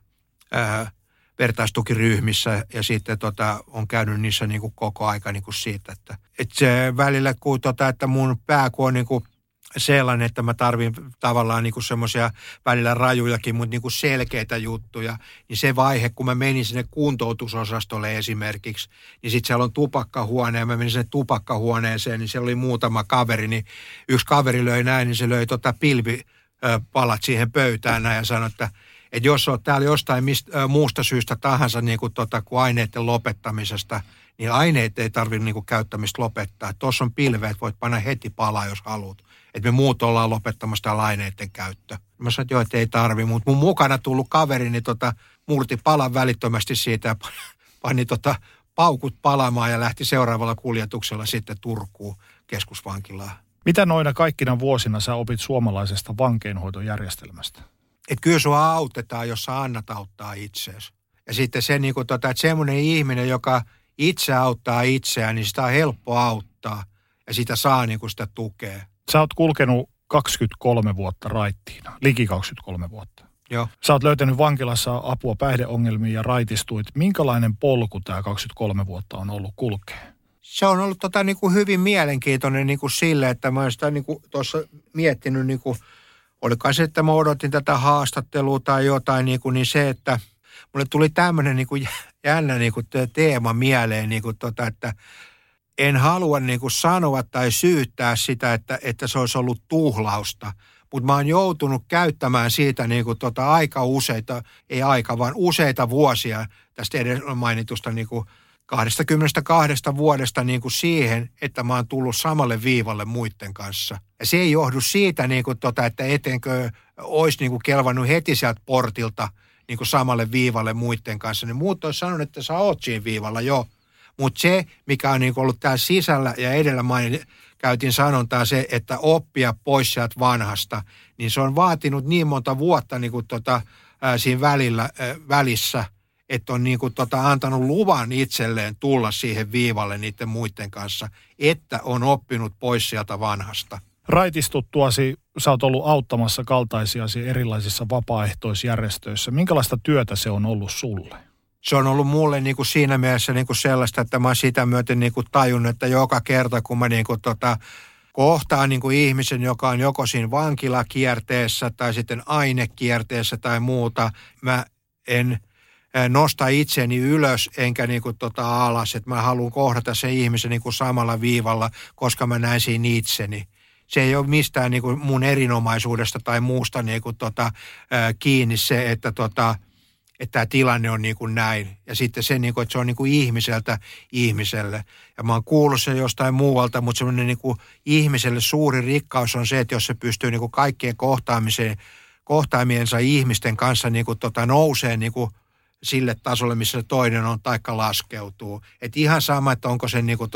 vertaistukiryhmissä, ja sitten on käynyt niissä niin kuin koko aika niin kuin siitä, että se välillä, kun että mun pää kun on niin kuin sellainen, että mä tarvin tavallaan niinku semmoisia välillä rajujakin, mutta niinku selkeitä juttuja, niin se vaihe, kun mä menin sinne kuntoutusosastolle esimerkiksi, niin sitten siellä on tupakkahuone, ja mä menin sinne tupakkahuoneeseen, niin siellä oli muutama kaveri, niin yksi kaveri löi näin, niin se löi pilvipalat siihen pöytään näin ja sanoi, että jos olet täällä jostain muusta syystä tahansa niin kuin kuin aineiden lopettamisesta, niin aineet ei tarvitse niin kuin käyttämistä lopettaa. Tuossa on pilveet, voit panna heti palaa, jos haluat. Että me muut ollaan lopettamassa täällä aineiden käyttö. Mä sanoin, että joo, että ei tarvi, mutta mun mukana tullut kaveri, niin murti palan välittömästi siitä ja pani paukut palamaan ja lähti seuraavalla kuljetuksella sitten Turkuun keskusvankilaan. Mitä noina kaikkina vuosina sä opit suomalaisesta vankeinhoitojärjestelmästä? Että kyllä sua autetaan, jos sä annat auttaa itseäsi. Ja sitten se, niin kuin että semmoinen ihminen, joka itse auttaa itseään, niin sitä on helppo auttaa ja sitä saa niin kuin sitä tukea. Sä oot kulkenut 23 vuotta raittiina, liki 23 vuotta. Joo. Sä oot löytänyt vankilassa apua päihdeongelmiin ja raitistuit. Minkälainen polku tämä 23 vuotta on ollut kulkea? Se on ollut niin kuin hyvin mielenkiintoinen niin kuin sille, että mä oon sitä niin kuin tuossa miettinyt, niin kuin, olikaan se, että mä odotin tätä haastattelua tai jotain, niin se, että mulle tuli tämmöinen niin kuin jännä niin kuin teema mieleen, niin kuin että en halua niin kuin sanoa tai syyttää sitä, että se olisi ollut tuhlausta, mutta mä oon joutunut käyttämään siitä niin kuin aika useita, ei aika, vaan useita vuosia tästä edellä mainitusta niin kuin 22 vuodesta niin kuin siihen, että mä oon tullut samalle viivalle muiden kanssa. Ja se ei johdu siitä, niin kuin että etenkö olisi niin kuin kelvannut heti sieltä portilta niin kuin samalle viivalle muiden kanssa. Niin muut olisi sanonut, että sä oot siinä viivalla jo. Mutta se, mikä on niin kuin ollut täällä sisällä ja edellä käytin sanontaa se, että oppia pois sieltä vanhasta, niin se on vaatinut niin monta vuotta niin kuin siinä välissä, että on niin kuin antanut luvan itselleen tulla siihen viivalle niiden muiden kanssa, että on oppinut pois sieltä vanhasta. Raitistuttuasi sä oot ollut auttamassa kaltaisiasi erilaisissa vapaaehtoisjärjestöissä. Minkälaista työtä se on ollut sulle? Se on ollut mulle niin kuin siinä mielessä niin kuin sellaista, että mä oon sitä myöten niin kuin tajunnut, että joka kerta kun mä niin kuin kohtaan niin kuin ihmisen, joka on joko siinä vankilakierteessä tai sitten ainekierteessä tai muuta, mä en nosta itseäni ylös enkä niin kuin alas, että mä haluan kohdata sen ihmisen niin kuin samalla viivalla, koska mä näen siinä itseni. Se ei ole mistään niin kuin mun erinomaisuudesta tai muusta niin kuin kiinni se, että tämä tilanne on niin kuin näin. Ja sitten se, niin kuin, että se on niin kuin ihmiseltä ihmiselle. Ja mä oon kuullut sen jostain muualta, mutta semmoinen niin kuin ihmiselle suuri rikkaus on se, että jos se pystyy niin kuin kaikkien kohtaamiensa ihmisten kanssa niin kuin nousee niin kuin sille tasolle, missä se toinen on, taikka laskeutuu. Että ihan sama, että onko se niin kuin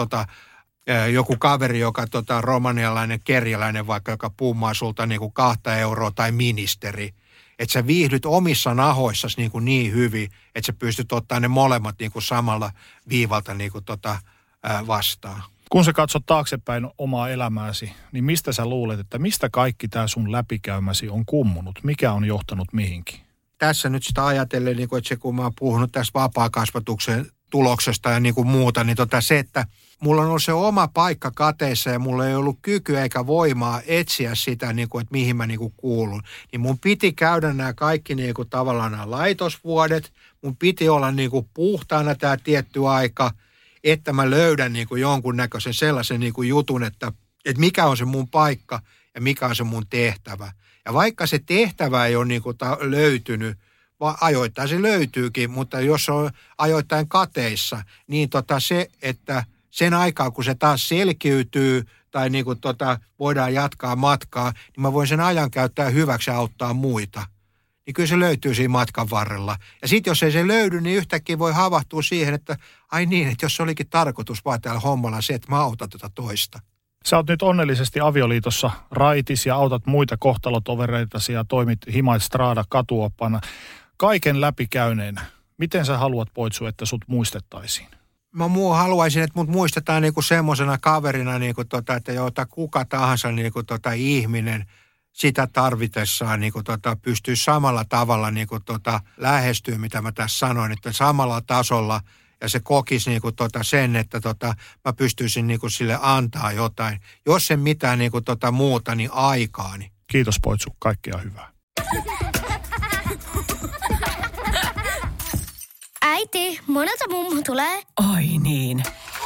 joku kaveri, joka romanialainen, kerjäläinen vaikka, joka pummaa sulta niin kuin 2 euroa tai ministeri. Että sä viihdyt omissa nahoissasi niin hyvin, että sä pystyt ottaa ne molemmat niin kuin samalla viivalta niin kuin vastaan. Kun sä katsot taaksepäin omaa elämääsi, niin mistä sä luulet, että mistä kaikki tämä sun läpikäymäsi on kummunut? Mikä on johtanut mihinkin? Tässä nyt sitä ajatellen, niin kuin, että se kun mä oon puhunut tästä vapaakasvatuksen tuloksesta ja niin kuin muuta, niin se, että mulla on ollut se oma paikka kateissa ja mulla ei ollut kykyä eikä voimaa etsiä sitä, niin kuin, että mihin mä niin kuin kuulun. Niin mun piti käydä nämä kaikki niin kuin tavallaan nämä laitosvuodet, mun piti olla niin kuin puhtaana tämä tietty aika, että mä löydän niin kuin jonkunnäköisen sellaisen niin kuin jutun, että mikä on se mun paikka ja mikä on se mun tehtävä. Ja vaikka se tehtävä ei ole niin kuin löytynyt, ajoittain se löytyykin, mutta jos on ajoittain kateissa, niin se, että sen aikaa kun se taas selkiytyy tai niin kuin voidaan jatkaa matkaa, niin mä voin sen ajan käyttää hyväksi ja auttaa muita. Niin kyllä se löytyy siinä matkan varrella. Ja sitten jos ei se löydy, niin yhtäkkiä voi havahtua siihen, että ai niin, että jos se olikin tarkoitus vaan täällä hommalla se, että mä autan toista. Sä oot nyt onnellisesti avioliitossa raitis ja autat muita kohtalotovereitasi ja toimit Himastrada katuoppana. Kaiken läpikäyneenä. Miten sä haluat, Poitsu, että sut muistettaisiin? Mä haluaisin, että mut muistetaan niinku semmoisena kaverina, niinku että jota kuka tahansa niinku ihminen sitä tarvitessaan niinku pystyy samalla tavalla niinku lähestyä, mitä mä tässä sanoin, että samalla tasolla ja se kokisi niinku sen, että mä pystyisin niinku sille antaa jotain. Jos en mitään niinku muuta, niin aikaani. Kiitos, Poitsu. Kaikkea hyvää. Äiti, monelta mummu tulee? Oi niin.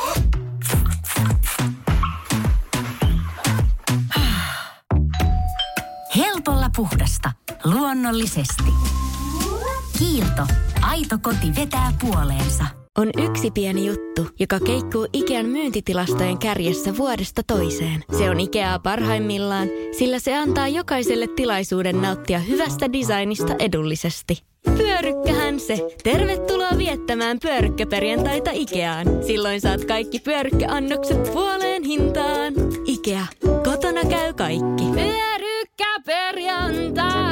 Helpolla puhdasta. Luonnollisesti. Kiilto. Aito koti vetää puoleensa. On yksi pieni juttu, joka keikkuu Ikean myyntitilastojen kärjessä vuodesta toiseen. Se on Ikeaa parhaimmillaan, sillä se antaa jokaiselle tilaisuuden nauttia hyvästä designista edullisesti. Pyörykkähän se! Tervetuloa viettämään pyörykkäperjantaita Ikeaan. Silloin saat kaikki pyörykkäannokset puoleen hintaan. Ikea. Kotona käy kaikki. Pyörykkäperjantai!